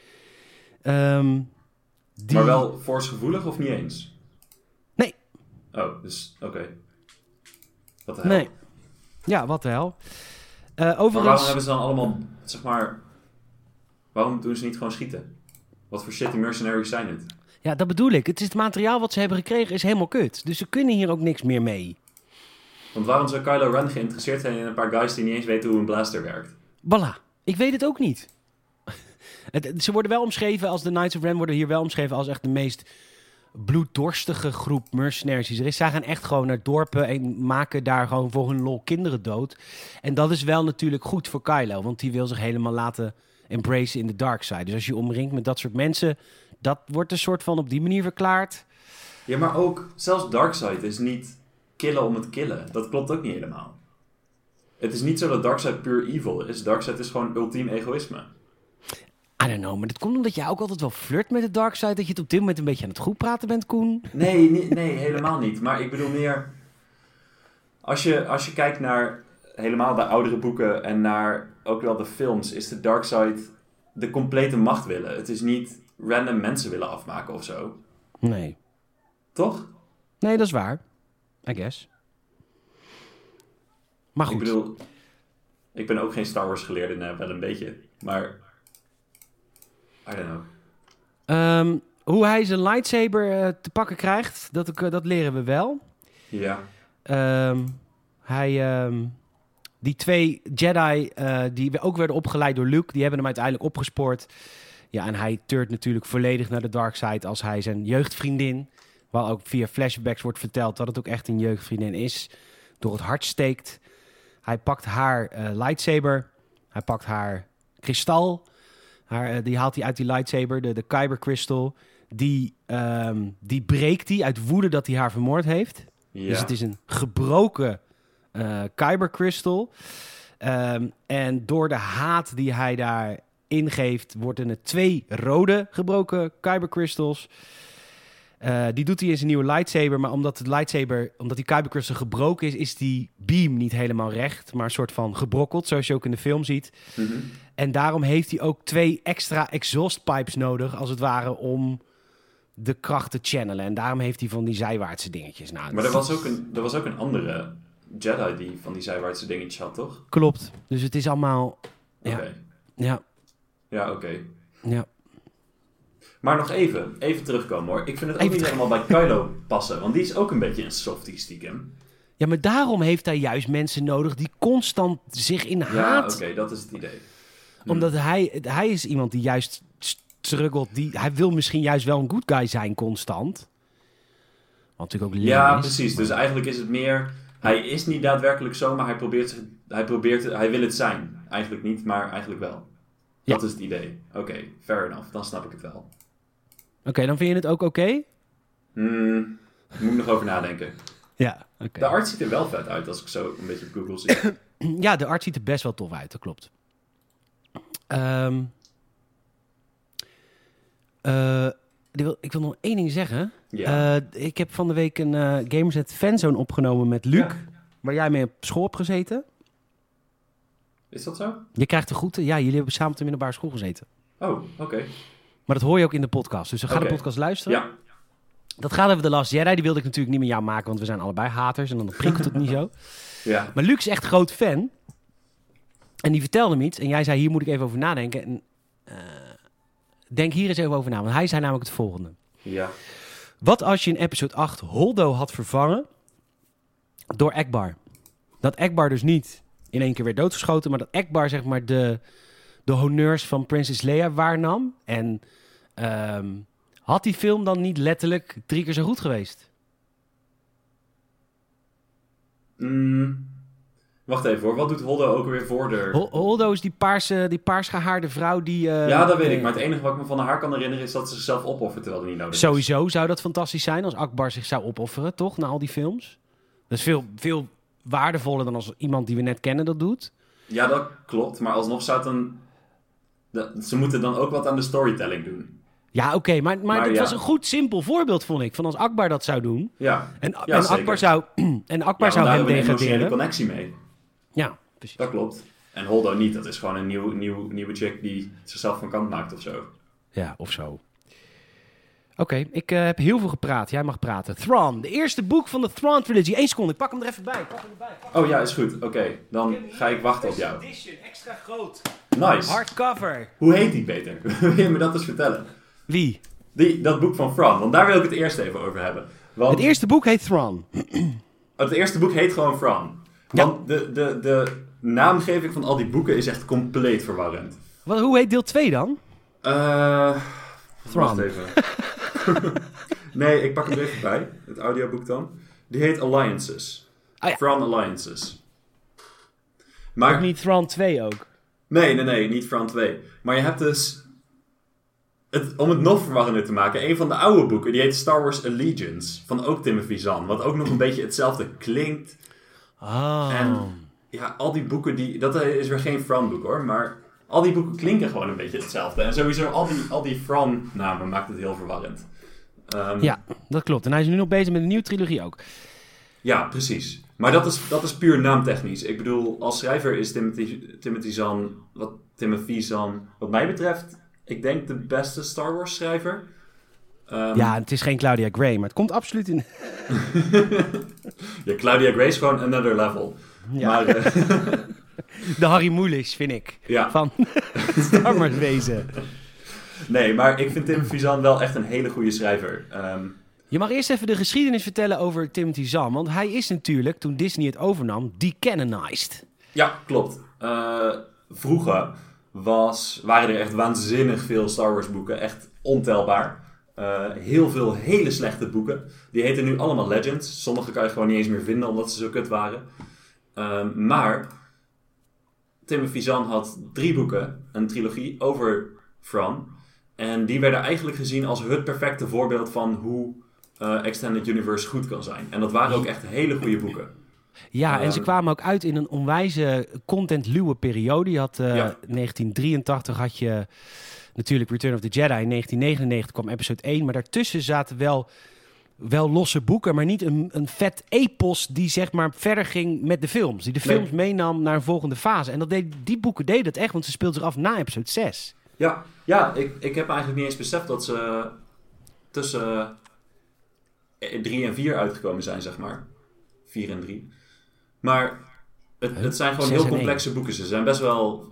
Maar wel force-gevoelig of niet eens? Nee. Oh, dus oké. Wat de hel? Nee. Ja, wat de hel. Overigens... Maar waarom hebben ze dan allemaal, zeg maar... Waarom doen ze niet gewoon schieten? Wat voor shitty mercenaries zijn het? Ja, dat bedoel ik. Het materiaal wat ze hebben gekregen is helemaal kut. Dus ze kunnen hier ook niks meer mee. Want waarom zou Kylo Ren geïnteresseerd zijn in een paar guys die niet eens weten hoe een blaster werkt? Voilà. Ik weet het ook niet. Ze worden wel omschreven als de Knights of Ren worden hier wel omschreven als echt de meest bloeddorstige groep mercenaries die er is. Zij gaan echt gewoon naar dorpen en maken daar gewoon voor hun lol kinderen dood. En dat is wel natuurlijk goed voor Kylo, want die wil zich helemaal laten embracen in de dark side. Dus als je omringt met dat soort mensen, dat wordt een soort van op die manier verklaard. Ja, maar ook zelfs Darkseid is niet killen om het killen. Dat klopt ook niet helemaal. Het is niet zo dat Darkseid puur evil is. Darkseid is gewoon ultiem egoïsme. I don't know, maar dat komt omdat jij ook altijd wel flirt met de darkside, dat je het op dit moment een beetje aan het goed praten bent, Koen. Nee, helemaal niet. Maar ik bedoel meer, als je kijkt naar helemaal de oudere boeken en naar ook wel de films, is de darkside de complete macht willen. Het is niet random mensen willen afmaken of zo. Nee. Toch? Nee, dat is waar. I guess. Maar goed. Ik bedoel, ik ben ook geen Star Wars geleerde, wel een beetje, maar I don't know. Hoe hij zijn lightsaber te pakken krijgt, dat leren we wel. Ja. Die twee Jedi die ook werden opgeleid door Luke, die hebben hem uiteindelijk opgespoord. Ja, en hij turnt natuurlijk volledig naar de dark side als hij zijn jeugdvriendin, waar ook via flashbacks wordt verteld dat het ook echt een jeugdvriendin is, door het hart steekt. Hij pakt haar lightsaber, hij pakt haar kristal. Die haalt hij uit die lightsaber, de Kyber Crystal. Die breekt hij uit woede dat hij haar vermoord heeft. Ja. Dus het is een gebroken Kyber Crystal. En door de haat die hij daar ingeeft, worden er 2 rode gebroken Kyber Crystals. Die doet hij in zijn nieuwe lightsaber. Maar omdat die Kyber Crystal gebroken is die beam niet helemaal recht, maar een soort van gebrokkeld, zoals je ook in de film ziet. Mm-hmm. En daarom heeft hij ook 2 extra exhaust pipes nodig, als het ware, om de kracht te channelen. En daarom heeft hij van die zijwaartse dingetjes. Nou, maar er was ook een andere Jedi die van die zijwaartse dingetjes had, toch? Klopt. Dus het is allemaal... Ja. Okay. Ja. Ja, oké. Ja. Maar nog even terugkomen hoor. Ik vind het ook niet helemaal bij Kylo passen, want die is ook een beetje een softie stiekem. Ja, maar daarom heeft hij juist mensen nodig die constant zich in haat... Ja, oké, dat is het idee. Omdat hij is iemand die juist struggelt. Hij wil misschien juist wel een good guy zijn constant. Wat natuurlijk ook ja, precies. Dus eigenlijk is het meer... Hij is niet daadwerkelijk zo, maar hij wil het zijn. Eigenlijk niet, maar eigenlijk wel. Ja. Dat is het idee. Oké, fair enough. Dan snap ik het wel. Oké, dan vind je het ook oké? Moet ik nog over nadenken. Ja, oké. De art ziet er wel vet uit als ik zo een beetje op Google zie. Ja, de art ziet er best wel tof uit, dat klopt. Ik wil nog 1 ding zeggen. Ja. Ik heb van de week een Gamersnet fanzone opgenomen met Luc, waar jij mee op school hebt gezeten. Is dat zo? Je krijgt de groeten. Ja, jullie hebben samen op de middelbare school gezeten. Oh, oké. Maar dat hoor je ook in de podcast. Dus we gaan de podcast luisteren. Ja. Dat gaat over The Last Jedi. Die wilde ik natuurlijk niet met jou maken, want we zijn allebei haters. En dan prikkelt het niet zo. Ja. Maar Luc is echt groot fan. En die vertelde me iets. En jij zei, hier moet ik even over nadenken. En denk hier eens even over na. Want hij zei namelijk het volgende. Ja. Wat als je in episode 8 Holdo had vervangen door Ackbar? Dat Ackbar dus niet in 1 keer werd doodgeschoten, maar dat Ackbar zeg maar de honneurs van Princess Leia waarnam. En had die film dan niet letterlijk 3 keer zo goed geweest? Wacht even hoor, wat doet Holdo ook weer voor de... Holdo is die paars gehaarde vrouw die... ja, dat weet ik, maar het enige wat ik me van haar kan herinneren is dat ze zichzelf opoffert terwijl het niet nodig is. Sowieso zou dat fantastisch zijn als Ackbar zich zou opofferen, toch? Na al die films. Dat is veel, veel waardevoller dan als iemand die we net kennen dat doet. Ja, dat klopt. Maar alsnog zou het dan... Ze moeten dan ook wat aan de storytelling doen. Ja, oké, maar het ja. was een goed, simpel voorbeeld, vond ik. Van als Akbar dat zou doen. Ja, En zeker. Akbar zou hem daar hebben we een emotionele degraderen. connectie mee. Ja, precies. Dat klopt. En Holdo niet. Dat is gewoon een nieuwe chick die zichzelf van kant maakt of zo. Ja, of zo. Oké, ik heb heel veel gepraat. Jij mag praten. Thrawn, de eerste boek van de Thrawn Trilogy. 1 seconde, ik pak hem er even bij. Oh ja, is goed. Oké, dan ga ik wachten op jou. Edition, extra groot. Nice. Hardcover. Hoe heet die, Peter? Wil je me dat eens vertellen? Wie? Dat boek van Thrawn, want daar wil ik het eerst even over hebben. Want Het eerste boek heet Thrawn. het eerste boek heet gewoon Thrawn. Want de naamgeving van al die boeken is echt compleet verwarrend. Hoe heet deel 2 dan? Wacht even. Nee, ik pak hem er even bij. Het audioboek dan. Die heet Alliances. Ah, ja. Thrawn Alliances. Maar Ook niet Thrawn 2 ook? Nee, niet Thrawn 2. Maar je hebt dus... om het nog verwarrender te maken, een van de oude boeken, die heet Star Wars Allegiance. Van ook Timothy Zahn. Wat ook nog een beetje hetzelfde klinkt. En ja, al die boeken, dat is weer geen Thrawn boek hoor, maar al die boeken klinken gewoon een beetje hetzelfde. En sowieso al die Thrawn namen maakt het heel verwarrend. Ja, dat klopt. En hij is nu nog bezig met een nieuwe trilogie ook. Ja, precies. Maar dat is puur naamtechnisch. Ik bedoel, als schrijver is Timothy Zahn, wat mij betreft, ik denk de beste Star Wars schrijver. Ja, het is geen Claudia Gray, maar het komt absoluut in... Ja, Claudia Gray is gewoon another level. Ja. Maar, de Harry Mulisch, vind ik. Ja. Van Star Wars wezen. Nee, maar ik vind Timothy Zahn wel echt een hele goede schrijver. Je mag eerst even de geschiedenis vertellen over Timothy Zahn. Want hij is natuurlijk, toen Disney het overnam, decanonized. Ja, klopt. Vroeger waren er echt waanzinnig veel Star Wars boeken. Echt ontelbaar. Heel veel hele slechte boeken. Die heten nu allemaal Legends. Sommige kan je gewoon niet eens meer vinden omdat ze zo kut waren. Maar Timothy Zahn had 3 boeken, een trilogie over Thrawn. En die werden eigenlijk gezien als het perfecte voorbeeld van hoe Extended Universe goed kan zijn. En dat waren ook echt hele goede boeken. Ja, en ze kwamen ook uit in een onwijze content-luwe periode. Je had 1983 had je natuurlijk Return of the Jedi. In 1999 kwam episode 1. Maar daartussen zaten wel losse boeken, maar niet een vet epos die zeg maar verder ging met de films. Die de films meenam naar een volgende fase. En die boeken deden dat echt, want ze speelden zich af na episode 6. Ja, ik heb eigenlijk niet eens beseft dat ze tussen 3 en 4 uitgekomen zijn, zeg maar. 4 en 3. Maar het zijn gewoon heel complexe boeken. Ze zijn best wel,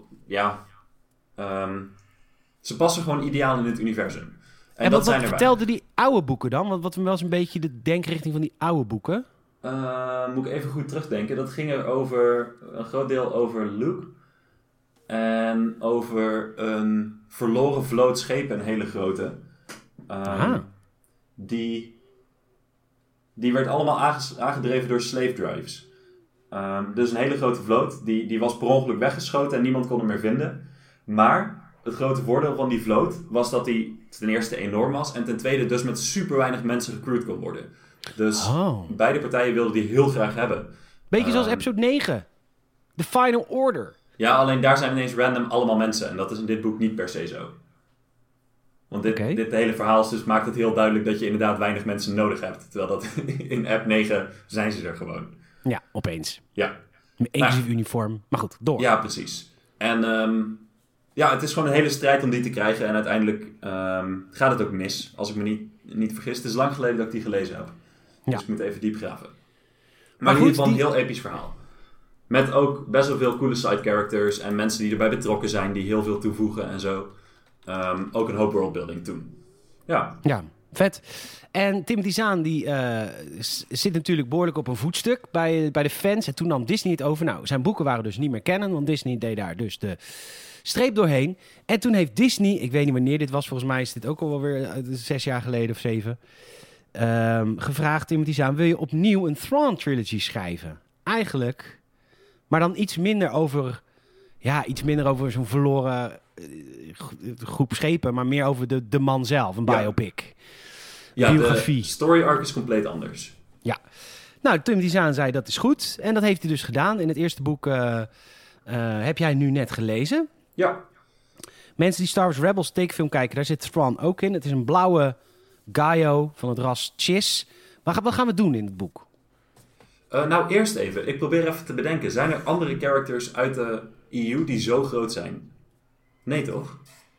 ze passen gewoon ideaal in het universum. En wat vertelden die oude boeken dan? Wat was een beetje de denkrichting van die oude boeken? Moet ik even goed terugdenken. Dat ging er over een groot deel over Luke. En over een verloren vloot schepen, een hele grote. Die werd allemaal aangedreven door slave drives. Dus een hele grote vloot. Die was per ongeluk weggeschoten en niemand kon hem meer vinden. Maar het grote voordeel van die vloot was dat die ten eerste enorm was. En ten tweede dus met super weinig mensen gecrewd kon worden. Dus beide partijen wilden die heel graag hebben. Beetje zoals episode 9. The Final Order. Ja, alleen daar zijn ineens random allemaal mensen. En dat is in dit boek niet per se zo. Want dit hele verhaal dus maakt het heel duidelijk dat je inderdaad weinig mensen nodig hebt. Terwijl dat in app 9 zijn ze er gewoon. Ja, opeens. Ja. Inclusief uniform. Maar goed, door. Ja, precies. En het is gewoon een hele strijd om die te krijgen. En uiteindelijk gaat het ook mis. Als ik me niet vergis. Het is lang geleden dat ik die gelezen heb. Ja. Dus ik moet even diep graven. Maar in ieder geval een heel episch verhaal. Met ook best wel veel coole side characters. En mensen die erbij betrokken zijn. Die heel veel toevoegen en zo. Ook een hoop worldbuilding toen. Ja, vet. En Timothy Zahn die zit natuurlijk behoorlijk op een voetstuk bij de fans. En toen nam Disney het over. Nou, zijn boeken waren dus niet meer canon, want Disney deed daar dus de streep doorheen. En toen heeft Disney, ik weet niet wanneer dit was, volgens mij is dit ook al wel weer 6 jaar geleden of 7... gevraagd Timothy Zahn, wil je opnieuw een Thrawn trilogy schrijven? Eigenlijk, maar dan iets minder over zo'n verloren groep schepen, maar meer over de man zelf, een biopic. Ja, biografie. De story arc is compleet anders. Ja. Nou, Timothy Zahn zei dat is goed. En dat heeft hij dus gedaan. In het eerste boek heb jij nu net gelezen. Ja. Mensen die Star Wars Rebels tekenfilm kijken, daar zit Thrawn ook in. Het is een blauwe Gaio van het ras Chiss. Wat gaan we doen in het boek? Nou, eerst even. Ik probeer even te bedenken. Zijn er andere characters uit de EU die zo groot zijn? Nee, toch?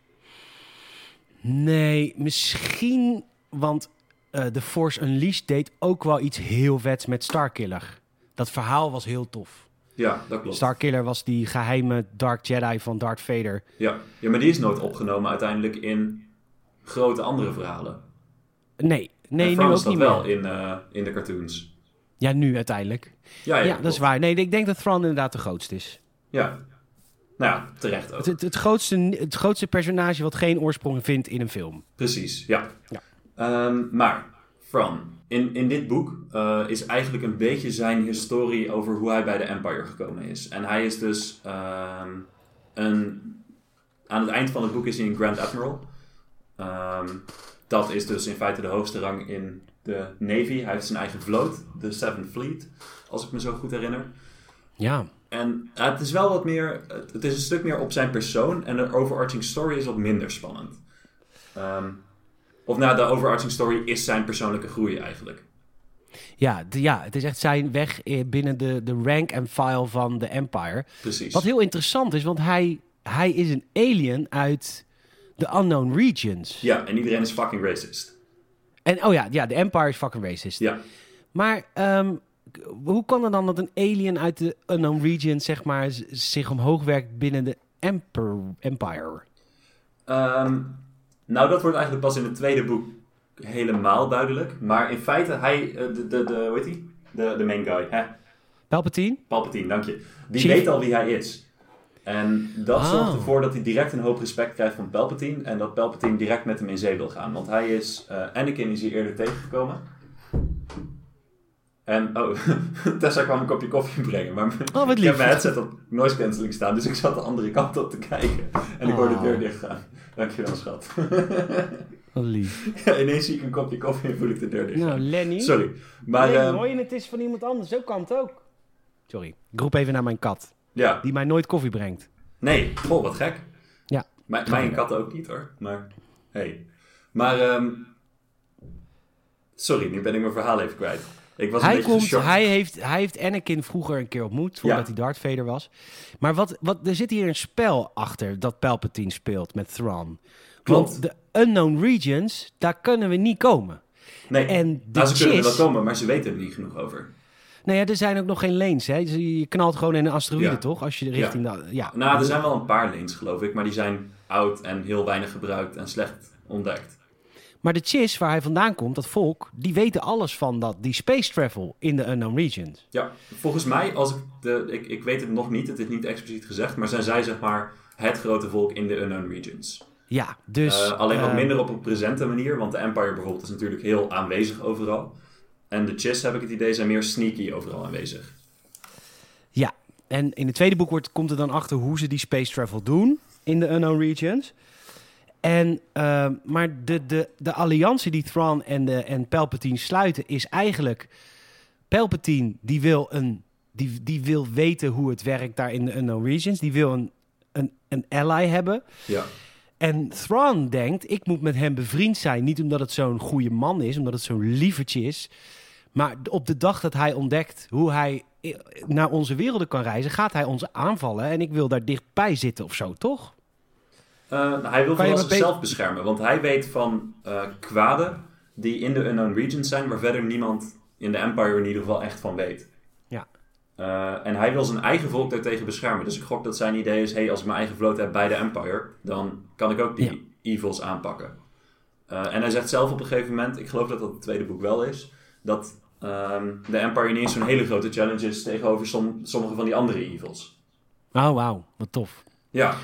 Nee, misschien... Want The Force Unleashed deed ook wel iets heel vets met Starkiller. Dat verhaal was heel tof. Ja, dat klopt. Starkiller was die geheime Dark Jedi van Darth Vader. Ja, maar die is nooit opgenomen uiteindelijk in grote andere verhalen. Nee, nu ook ook niet wel meer. in de cartoons. Ja, nu uiteindelijk. Ja, dat is waar. Nee, ik denk dat Thrawn inderdaad de grootste is. Ja. Nou ja, terecht ook. Het grootste personage wat geen oorsprong vindt in een film. Precies, ja. Maar Thrawn, in dit boek is eigenlijk een beetje zijn historie over hoe hij bij de Empire gekomen is. En hij is dus aan het eind van het boek is hij een Grand Admiral. Dat is dus in feite de hoogste rang in de Navy. Hij heeft zijn eigen vloot, de Seventh Fleet, als ik me zo goed herinner. Ja. En het is wel wat meer, het is een stuk meer op zijn persoon en de overarching story is wat minder spannend. De overarching story is zijn persoonlijke groei eigenlijk. Ja, het is echt zijn weg binnen de rank and file van de Empire. Precies. Wat heel interessant is, want hij is een alien uit de Unknown Regions. Ja, en iedereen is fucking racist. En de Empire is fucking racist. Ja. Maar hoe kan het dan dat een alien uit de Unknown Regions, zeg maar, zich omhoog werkt binnen de Empire? Nou, dat wordt eigenlijk pas in het tweede boek helemaal duidelijk. Maar in feite, hij, hoe heet hij? De main guy, hè? Palpatine, dank je. Die Chief. weet al wie hij is. En dat zorgt ervoor dat hij direct een hoop respect krijgt van Palpatine. En dat Palpatine direct met hem in zee wil gaan. Want hij is... Anakin is hier eerder tegengekomen. En... Tessa kwam een kopje koffie brengen. Maar wat lief. ik heb mijn headset op noise cancelling staan. Dus ik zat de andere kant op te kijken. En ik hoorde de deur dicht gaan. Dankjewel, schat. Wat lief. Ja, ineens zie ik een kopje koffie en voel ik de deur dicht gaan. Nou, Lenny. Sorry. Maar... Nee, mooi, en het is van iemand anders. Zo kan het ook. Sorry. Ik roep even naar mijn kat. Ja. Die mij nooit koffie brengt. Nee, wat gek. Ja. Mijn kat ook niet hoor. Maar, hey. Maar, sorry, nu ben ik mijn verhaal even kwijt. Ik was een beetje geschokt. Hij heeft Anakin vroeger een keer ontmoet, voordat hij Darth Vader was. Maar er zit hier een spel achter dat Palpatine speelt met Thrawn. Klopt. Want de Unknown Regions, daar kunnen we niet komen. Nee, en ze kunnen er wel komen, maar ze weten er niet genoeg over. Nou ja, er zijn ook nog geen lanes, hè? Je knalt gewoon in een asteroïde, toch? Als je richting... Nou, er zijn wel een paar lanes, geloof ik. Maar die zijn oud en heel weinig gebruikt en slecht ontdekt. Maar de Chiss, waar hij vandaan komt, dat volk... die weten alles van die space travel in de Unknown Regions. Ja, volgens mij, ik weet het nog niet, het is niet expliciet gezegd... maar zijn zij, zeg maar, het grote volk in de Unknown Regions. Ja, dus... alleen wat minder op een presente manier... want de Empire bijvoorbeeld is natuurlijk heel aanwezig overal... En de Chiss, heb ik het idee, zijn meer sneaky overal aanwezig. Ja, en in het tweede boek komt er dan achter hoe ze die space travel doen in de Unknown Regions. Maar de alliantie die Thrawn en Palpatine sluiten is eigenlijk... Palpatine die wil weten hoe het werkt daar in de Unknown Regions. Die wil een ally hebben. Ja. En Thrawn denkt, ik moet met hem bevriend zijn. Niet omdat het zo'n goede man is, omdat het zo'n lievertje is... Maar op de dag dat hij ontdekt hoe hij naar onze werelden kan reizen... gaat hij ons aanvallen en ik wil daar dichtbij zitten of zo, toch? Hij wil vooral zichzelf beschermen. Want hij weet van kwaden die in de Unknown Regions zijn... waar verder niemand in de Empire in ieder geval echt van weet. Ja. En hij wil zijn eigen volk daartegen beschermen. Dus ik gok dat zijn idee is... hey, als ik mijn eigen vloot heb bij de Empire... dan kan ik ook die evils aanpakken. En hij zegt zelf op een gegeven moment... ik geloof dat dat het tweede boek wel is... dat... de Empire niet eens zo'n hele grote challenge is tegenover sommige van die andere evils. Oh, wauw. Wat tof. Ja.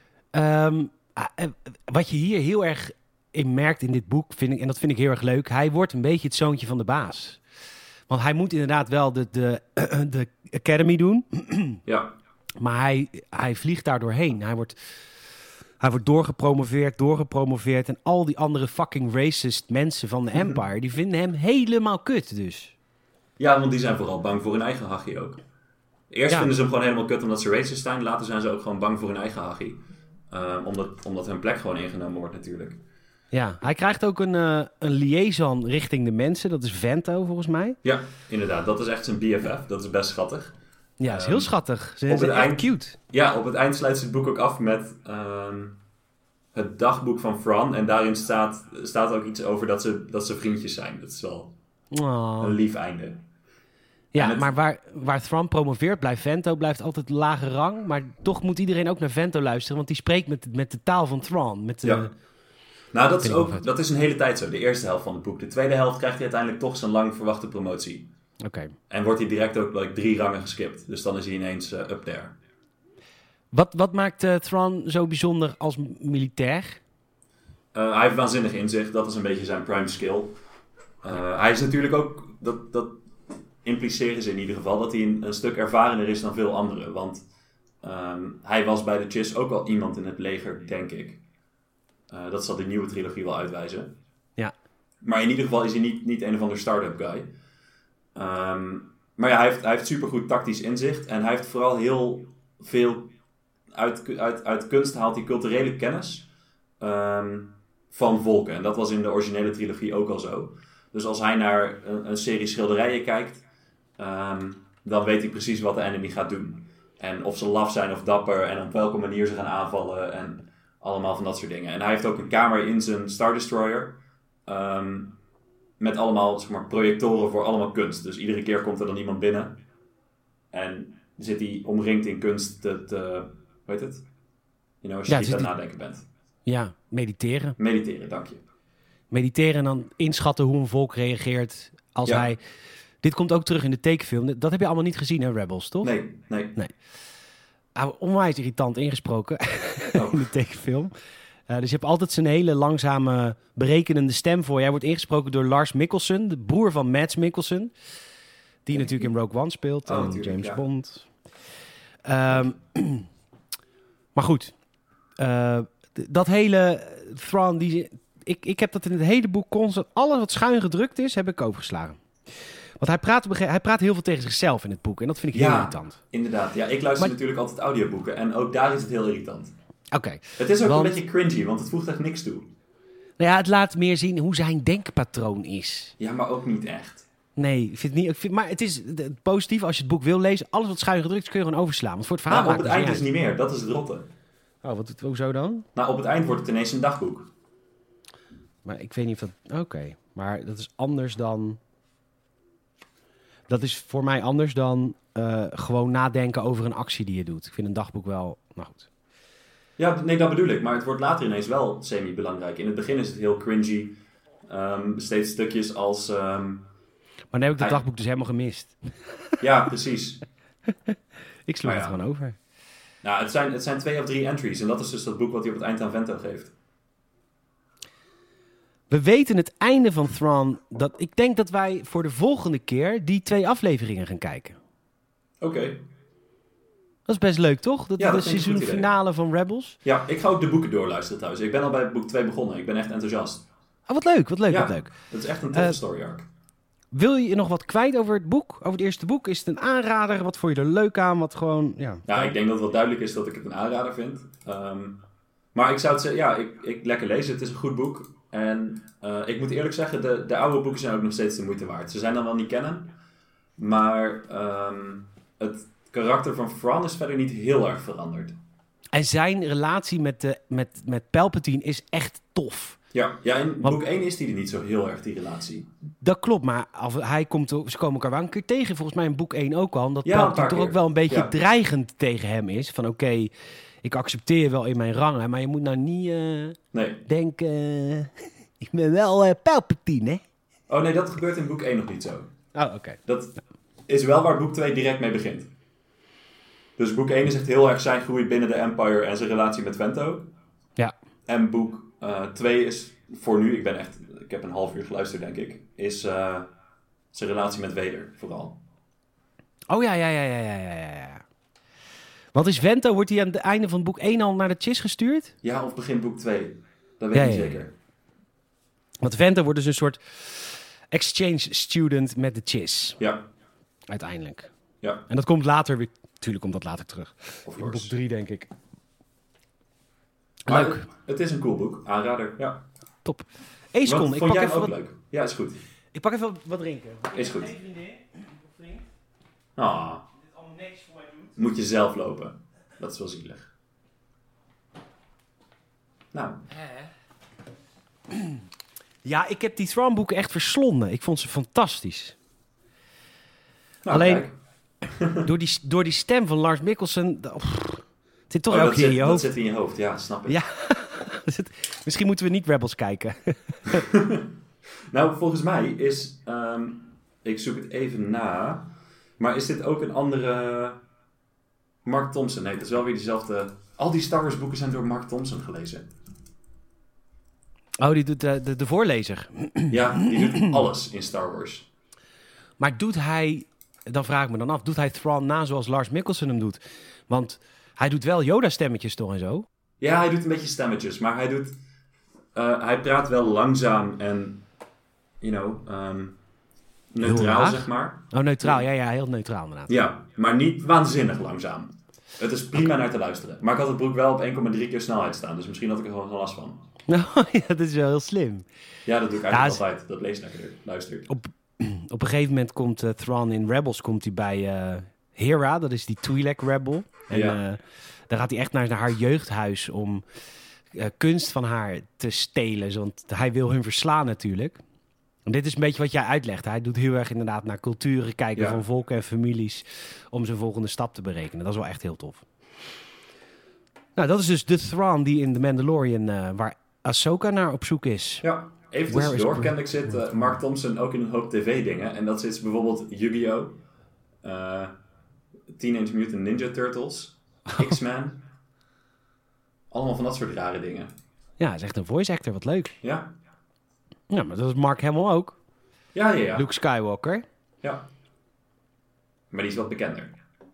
Wat je hier heel erg in merkt in dit boek, vind ik, en dat vind ik heel erg leuk, hij wordt een beetje het zoontje van de baas. Want hij moet inderdaad wel de Academy doen. Ja. Maar hij vliegt daar doorheen. Hij wordt doorgepromoveerd. En al die andere fucking racist mensen van de Empire... die vinden hem helemaal kut dus. Ja, want die zijn vooral bang voor hun eigen hachie ook. Eerst vinden ze hem gewoon helemaal kut omdat ze racist zijn. Later zijn ze ook gewoon bang voor hun eigen hachie. Omdat hun plek gewoon ingenomen wordt natuurlijk. Ja, hij krijgt ook een liaison richting de mensen. Dat is Vento volgens mij. Ja, inderdaad. Dat is echt zijn BFF. Dat is best schattig. Ja, dat is heel schattig. Ze zijn echt cute. Ja, op het eind sluit ze het boek ook af met het dagboek van Thrawn. En daarin staat ook iets over dat ze vriendjes zijn. Dat is wel een lief einde. Ja, maar waar Thrawn promoveert, blijft Vento blijft lage rang. Maar toch moet iedereen ook naar Vento luisteren. Want die spreekt met de taal van Thrawn. Nou, dat is een hele tijd zo. De eerste helft van het boek. De tweede helft krijgt hij uiteindelijk toch zijn lang verwachte promotie. Oké. En wordt hij direct ook 3 rangen geskipt. Dus dan is hij ineens up there. Wat maakt Thrawn zo bijzonder als militair? Hij heeft waanzinnig inzicht. Dat is een beetje zijn prime skill. Hij is natuurlijk ook... Dat impliceren ze in ieder geval. Dat hij een stuk ervarener is dan veel anderen. Want hij was bij de Chiss ook al iemand in het leger, denk ik. Dat zal die nieuwe trilogie wel uitwijzen. Ja. Maar in ieder geval is hij niet een of ander start-up guy. Maar ja, hij heeft supergoed tactisch inzicht. En hij heeft vooral heel veel... Uit kunst haalt hij culturele kennis van volken. En dat was in de originele trilogie ook al zo. Dus als hij naar een serie schilderijen kijkt... dan weet hij precies wat de enemy gaat doen. En of ze laf zijn of dapper. En op welke manier ze gaan aanvallen. En allemaal van dat soort dingen. En hij heeft ook een kamer in zijn Star Destroyer... met allemaal zeg maar, projectoren voor allemaal kunst. Dus iedere keer komt er dan iemand binnen. En zit hij omringd in kunst hoe heet het? Als je niet aan het nadenken bent. Ja, mediteren. Mediteren, dank je. Mediteren en dan inschatten hoe een volk reageert als hij... Dit komt ook terug in de tekenfilm. Dat heb je allemaal niet gezien, hè, Rebels, toch? Nee. Onwijs irritant ingesproken in de tekenfilm. Dus je hebt altijd zijn hele langzame, berekenende stem voor. Hij wordt ingesproken door Lars Mikkelsen, de broer van Mads Mikkelsen. Die natuurlijk in Rogue One speelt. En James Bond. Maar goed. Dat hele Thrawn... Ik heb dat in het hele boek constant... Alles wat schuin gedrukt is, heb ik overgeslagen. Want hij praat heel veel tegen zichzelf in het boek. En dat vind ik heel irritant. Inderdaad. Ja, ik luister natuurlijk altijd audioboeken. En ook daar is het heel irritant. Oké. Het is ook een beetje cringy, want het voegt echt niks toe. Nou ja, het laat meer zien hoe zijn denkpatroon is. Ja, maar ook niet echt. Nee, ik vind het niet. Maar het is positief als je het boek wil lezen. Alles wat schuin gedrukt is, kun je gewoon overslaan. Want voor het verhaal op het eind is het niet meer. Dat is het rotte. Oh, hoezo dan? Nou, op het eind wordt het ineens een dagboek. Maar ik weet niet of dat... Oké, maar dat is anders dan... Dat is voor mij anders dan gewoon nadenken over een actie die je doet. Ik vind een dagboek wel... Nou goed. Ja, nee, dat bedoel ik. Maar het wordt later ineens wel semi-belangrijk. In het begin is het heel cringy. Steeds stukjes als... Maar dan heb ik het dagboek dus helemaal gemist. Ja, precies. Ik sloeg het gewoon over. Nou, het zijn 2 of 3 entries. En dat is dus dat boek wat hij op het eind aan Vento geeft. We weten het einde van Thrawn. Ik denk dat wij voor de volgende keer die 2 afleveringen gaan kijken. Oké. Dat is best leuk, toch? Dat de seizoenfinale van Rebels. Ja, ik ga ook de boeken doorluisteren trouwens. Ik ben al bij boek 2 begonnen. Ik ben echt enthousiast. Oh, wat leuk. Ja, dat is echt een toffe story arc. Wil je nog wat kwijt over het boek? Over het eerste boek? Is het een aanrader? Wat vond je er leuk aan? Wat gewoon, ja, ik denk dat het wel duidelijk is dat ik het een aanrader vind. Maar ik zou het zeggen, ik lekker lezen. Het is een goed boek. En ik moet eerlijk zeggen, de oude boeken zijn ook nog steeds de moeite waard. Ze zijn dan wel niet kennen. Maar het karakter van Thrawn is verder niet heel erg veranderd. En zijn relatie met Palpatine is echt tof. Ja, in boek 1 is die er niet zo heel erg, die relatie. Dat klopt, maar ze komen elkaar wel een keer tegen. Volgens mij in boek 1 ook al. Dat Palpatine toch ook wel een beetje dreigend tegen hem is. Van oké, ik accepteer je wel in mijn rangen, maar je moet nou niet denken... ik ben wel Palpatine, hè? Oh nee, dat gebeurt in boek 1 nog niet zo. Oh, oké. Dat is wel waar boek 2 direct mee begint. Dus boek 1 is echt heel erg zijn groei binnen de Empire en zijn relatie met Vento. Ja. En boek 2 is voor nu, ik heb een half uur geluisterd denk ik, is zijn relatie met Vader vooral. Oh ja. Want is Vento, wordt hij aan het einde van boek 1 al naar de Chiss gestuurd? Ja, of begin boek 2. Dat weet ik niet zeker. Want Vento wordt dus een soort... exchange student met de Chiss. Ja. Uiteindelijk. Ja. En dat komt later weer... Tuurlijk komt dat later terug. Of In boek course. 3, denk ik. Maar Leuk. Het is een cool boek. Aanrader, ja. Top. Acecon, ik Vond pak jij even hem ook wat... leuk? Ja, is goed. Ik pak even wat drinken. Is goed. Hey, vriendin. Of vriend. Ah, Dit allemaal netjes voor mij doet. moet je zelf lopen. Dat is wel zielig. Nou, Ja, ik heb die Thrawn-boeken echt verslonden. Ik vond ze fantastisch. nou Alleen- kijk. Door die stem van Lars Mikkelsen... Het zit toch Oh, elke dat keer in zit- je hoofd. Dat zit in je hoofd, ja, snap ik. Ja. Misschien moeten we niet Rebels kijken. Nou, volgens mij is... ik zoek het even na. Maar is dit ook een andere... Mark Thompson? Nee, het is wel weer diezelfde... Al die Star Wars boeken zijn door Mark Thompson gelezen. Oh, die doet de voorlezer. Ja, die doet alles in Star Wars. Maar doet hij... Dan vraag ik me dan af. Doet hij Thrawn na zoals Lars Mikkelsen hem doet? Want hij doet wel Yoda-stemmetjes toch en zo? Ja, hij doet een beetje stemmetjes. Maar hij doet... hij praat wel langzaam en... neutraal, laag? zeg maar. Oh, neutraal. Ja, heel neutraal inderdaad. Ja, maar niet waanzinnig langzaam. Het is prima naar te luisteren. Maar ik had het boek wel op 1,3 keer snelheid staan. Dus misschien had ik er gewoon last van. Nou, ja, dat is wel heel slim. Ja, dat doe ik eigenlijk Ja, altijd. Dat lees lekker luister. Op een gegeven moment komt Thrawn in Rebels komt hij bij Hera. Dat is die Twi'lek rebel. En Ja. dan gaat hij echt naar haar jeugdhuis om kunst van haar te stelen. Want hij wil hun verslaan natuurlijk. En dit is een beetje wat jij uitlegt. Hij doet heel erg inderdaad naar culturen kijken Ja. van volken en families om zijn volgende stap te berekenen. Dat is wel echt heel tof. Nou, dat is dus de Thrawn die in The Mandalorian, waar Ahsoka naar op zoek is. Ja, even Where tussendoor. is- Kennelijk zit Mark Thompson ook in een hoop tv-dingen. En dat zit bijvoorbeeld Yu-Gi-Oh! Teenage Mutant Ninja Turtles. X-Men. Allemaal van dat soort rare dingen. Ja, hij is echt een voice actor. Wat leuk. Ja? Ja, maar dat is Mark Hamill ook. Ja. Luke Skywalker. Ja. Maar die is wat bekender.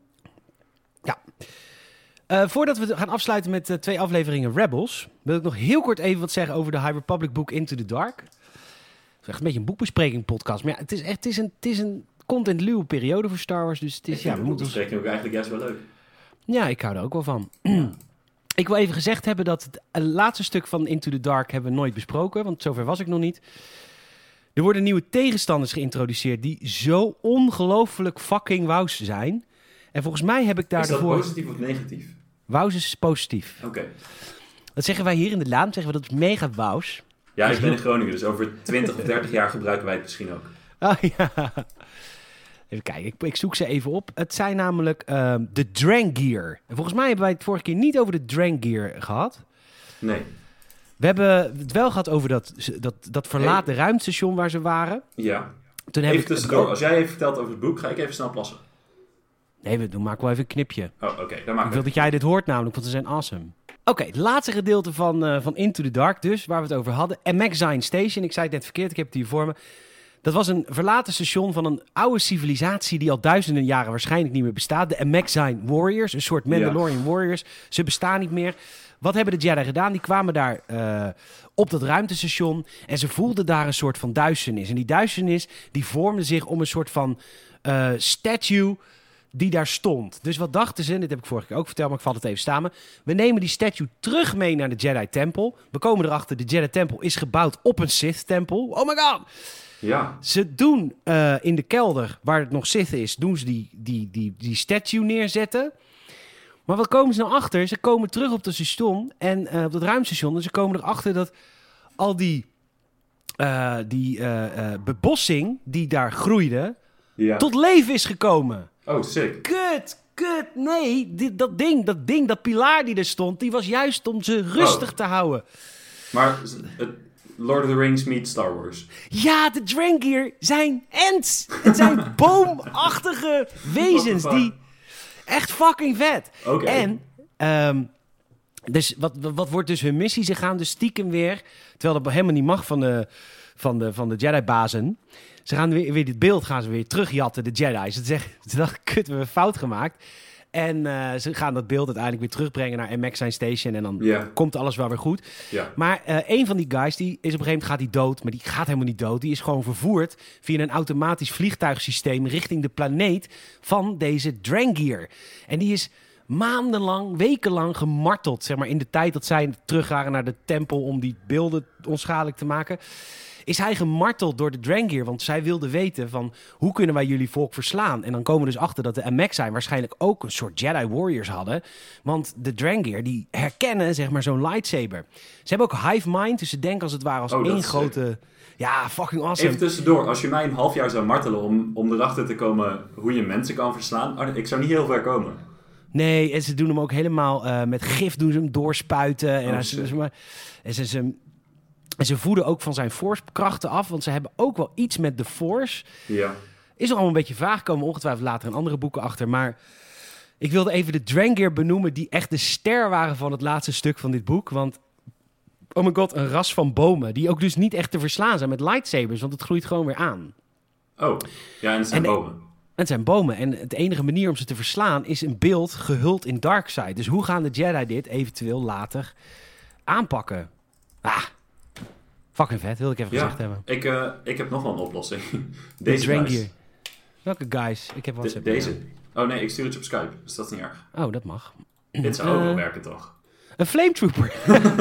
Voordat we gaan afsluiten met 2 afleveringen Rebels, wil ik nog heel kort even wat zeggen over de High Republic boek Into the Dark. Het is echt een beetje een boekbespreking podcast, maar ja, het is een content-luwe periode voor Star Wars, dus het is, Ik vind we moeten ons... ook eigenlijk juist wel leuk. Ja, ik hou er ook wel van. Ik wil even gezegd hebben dat het laatste stuk van Into the Dark hebben we nooit besproken, want zover was ik nog niet. Er worden nieuwe tegenstanders geïntroduceerd die zo ongelooflijk fucking wous zijn. En volgens mij heb ik daar Is dat ervoor... positief of negatief? Wous is positief. Oké. Dat zeggen wij hier in de Laan, zeggen we dat is mega wous. Ja, ik ben in Groningen, dus over 20 of 30 jaar gebruiken wij het misschien ook. Oh ja. Even kijken, ik zoek ze even op. Het zijn namelijk de Drangir. En volgens mij hebben wij het vorige keer niet over de Drangir gehad. Nee. We hebben het wel gehad over dat verlaten ruimtestation waar ze waren. Ja. Toen heb Even ik tussendoor. Als jij even vertelt over het boek, ga ik even snel plassen. Nee, we maken wel even een knipje. Oh, oké. Dan maak Ik ik wil dat jij dit hoort namelijk, want ze zijn awesome. Oké, het laatste gedeelte van Into the Dark dus, waar we het over hadden. Amexine Station, ik zei het net verkeerd, ik heb het hier voor me. Dat was een verlaten station van een oude civilisatie die al duizenden jaren waarschijnlijk niet meer bestaat. De Amexine Warriors, een soort Mandalorian Warriors. Ze bestaan niet meer. Wat hebben de Jedi gedaan? Die kwamen daar op dat ruimtestation en ze voelden daar een soort van duisternis. En die duisternis die vormde zich om een soort van statue die daar stond. Dus wat dachten ze, en dit heb ik vorige keer ook verteld, maar ik vat het even samen. We nemen die statue terug mee naar de Jedi-tempel. We komen erachter, de Jedi-tempel is gebouwd op een Sith-tempel. Oh my god! Ja. Ze doen in de kelder, waar het nog Sith is, doen ze die statue neerzetten. Maar wat komen ze nou achter? Ze komen terug op het station en op het ruimstation. En ze komen erachter dat al die bebossing die daar groeide, Ja. tot leven is gekomen. Oh, sick. Kut, nee. Dat pilaar die er stond, die was juist om ze rustig te houden. Maar Lord of the Rings meets Star Wars. Ja, de Drangir zijn ants. Het zijn boomachtige wezens What the fuck? die... Echt fucking vet. Oké. En dus wat wordt dus hun missie? Ze gaan dus stiekem weer, terwijl dat helemaal niet mag van de Jedi-bazen. Ze gaan weer dit beeld gaan ze weer terugjatten, de Jedi's. Ze dachten, kut, we hebben een fout gemaakt. En ze gaan dat beeld uiteindelijk weer terugbrengen naar MX Station. En dan komt alles wel weer goed. Ja. Maar een van die guys, die is op een gegeven moment gaat hij dood. Maar die gaat helemaal niet dood. Die is gewoon vervoerd via een automatisch vliegtuigsysteem richting de planeet van deze Drangir. En die is maandenlang, wekenlang gemarteld. Zeg maar in de tijd dat zij terug waren naar de tempel om die beelden onschadelijk te maken. Is hij gemarteld door de Drangir. Want zij wilden weten van hoe kunnen wij jullie volk verslaan. En dan komen we dus achter dat de Amexai waarschijnlijk ook een soort Jedi Warriors hadden. Want de Drangir die herkennen zeg maar zo'n lightsaber. Ze hebben ook hive mind. Dus ze denken als het ware als één grote... Ja, fucking awesome. Even tussendoor, als je mij een half jaar zou martelen om erachter te komen hoe je mensen kan verslaan. Ik zou niet heel ver komen. Nee, en ze doen hem ook helemaal met gif doen ze hem doorspuiten. En ze voeden ook van zijn Force-krachten af, want ze hebben ook wel iets met de Force. Ja. Is nog allemaal een beetje vaag, komen ongetwijfeld later in andere boeken achter. Maar ik wilde even de Drangir benoemen die echt de ster waren van het laatste stuk van dit boek. Want, oh my god, een ras van bomen die ook dus niet echt te verslaan zijn met lightsabers, want het groeit gewoon weer aan. Oh, ja, en het zijn bomen. Het zijn bomen. En de enige manier om ze te verslaan is een beeld gehuld in Darkseid. Dus hoe gaan de Jedi dit eventueel later aanpakken? Fucking vet, wil ik even gezegd hebben. Ik heb nog wel een oplossing. Deze Drangir. Welke guys? Ik heb WhatsApp. Deze. Oh nee, ik stuur het je op Skype, dus dat is niet erg. Oh, dat mag. Dit zou ook wel werken, toch? Een Flame Trooper.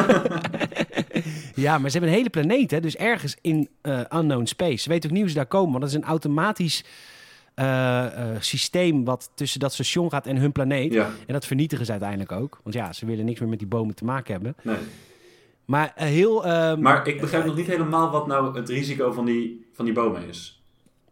Ja, maar ze hebben een hele planeet, hè? Dus ergens in unknown space. Ze weten ook niet hoe ze daar komen, want dat is een automatisch systeem wat tussen dat station gaat en hun planeet. Ja. En dat vernietigen ze uiteindelijk ook. Want ja, ze willen niks meer met die bomen te maken hebben. Nee. Maar maar ik begrijp nog niet helemaal wat nou het risico van die bomen is.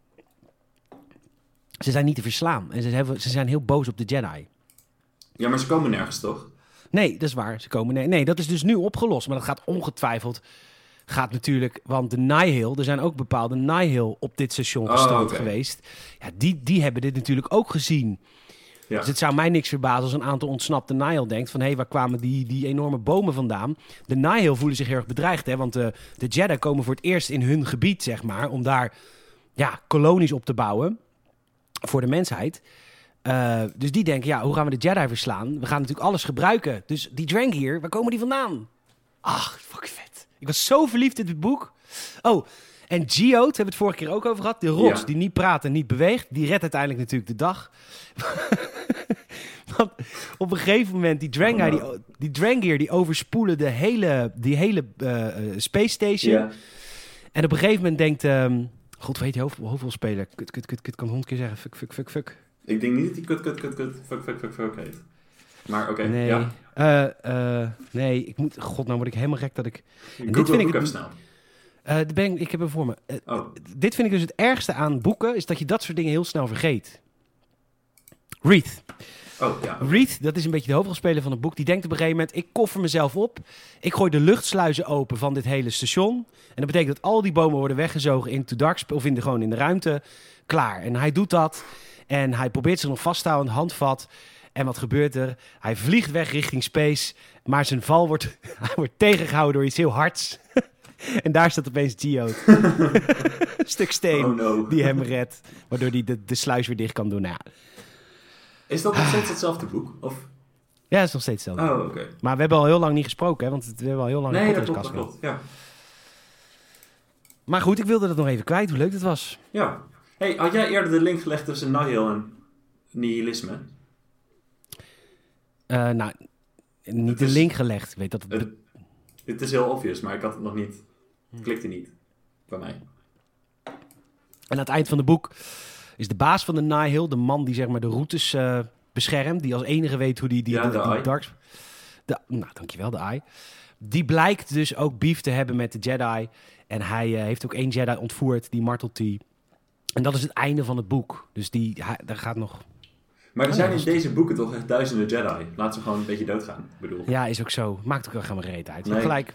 Ze zijn niet te verslaan. En ze zijn heel boos op de Jedi. Ja, maar ze komen nergens, toch? Nee, dat is waar. Ze komen nee, dat is dus nu opgelost. Maar dat gaat ongetwijfeld... Gaat natuurlijk... Want de Nihil... Er zijn ook bepaalde Nihil op dit station gestrand geweest. Ja, die hebben dit natuurlijk ook gezien. Ja. Dus het zou mij niks verbazen als een aantal ontsnapte Nihil denkt van... waar kwamen die enorme bomen vandaan? De Nihil voelen zich heel erg bedreigd, hè? Want de Jedi komen voor het eerst in hun gebied, zeg maar... om daar kolonies op te bouwen voor de mensheid. Dus die denken, hoe gaan we de Jedi verslaan? We gaan natuurlijk alles gebruiken. Dus die Drangir, waar komen die vandaan? Ach, fucking vet. Ik was zo verliefd in dit boek. Oh, en Geode, hebben we het vorige keer ook over gehad. De rots die niet praat en niet beweegt. Die redt uiteindelijk natuurlijk de dag. Want op een gegeven moment, die Drangir die overspoelen die hele Space Station. Ja. En op een gegeven moment denkt... God, weet je, hoofdrolspeler. Kut, kan 100 keer zeggen. Fuck. Ik denk niet dat hij fuck heet. Maar oké, nee. Ja. Nee, ik moet... God, nou word ik helemaal gek dat ik... En dit vind ik even snel. Ik heb hem voor me. Dit vind ik dus het ergste aan boeken... is dat je dat soort dingen heel snel vergeet. Reed. Oh, ja. Reed, dat is een beetje de hoofdrolspeler van het boek. Die denkt op een gegeven moment... ik koffer mezelf op. Ik gooi de luchtsluizen open van dit hele station. En dat betekent dat al die bomen worden weggezogen into dark... of gewoon in de ruimte. Klaar. En hij doet dat. En hij probeert zich nog vast te houden aan het handvat... En wat gebeurt er? Hij vliegt weg richting space, maar zijn val wordt tegengehouden door iets heel hards. En daar staat opeens Geode. Een stuk steen die hem redt, waardoor hij de sluis weer dicht kan doen. Nou, is dat nog steeds hetzelfde boek? Of? Ja, het is nog steeds hetzelfde. Oh, oké. Maar we hebben al heel lang niet gesproken, hè? Want we hebben al heel lang een podcast gehad. Klopt, ja. Maar goed, ik wilde dat nog even kwijt, hoe leuk het was. Ja. Hey, had jij eerder de link gelegd tussen Nihil en nihilisme? Niet de link gelegd. Ik weet dat het is heel obvious, maar ik had het nog niet. Het klikte niet bij mij. En aan het eind van het boek is de baas van de Nihil, de man die zeg maar de routes beschermt, die als enige weet hoe die darks... dankjewel, de Eye. Die blijkt dus ook beef te hebben met de Jedi. En hij heeft ook 1 Jedi ontvoerd, die martelt die. En dat is het einde van het boek. Dus daar gaat nog... Maar er zijn in deze boeken toch echt duizenden Jedi. Laat ze gewoon een beetje doodgaan, bedoel. Ja, is ook zo. Maakt ook wel helemaal reet uit. Nee. Gelijk.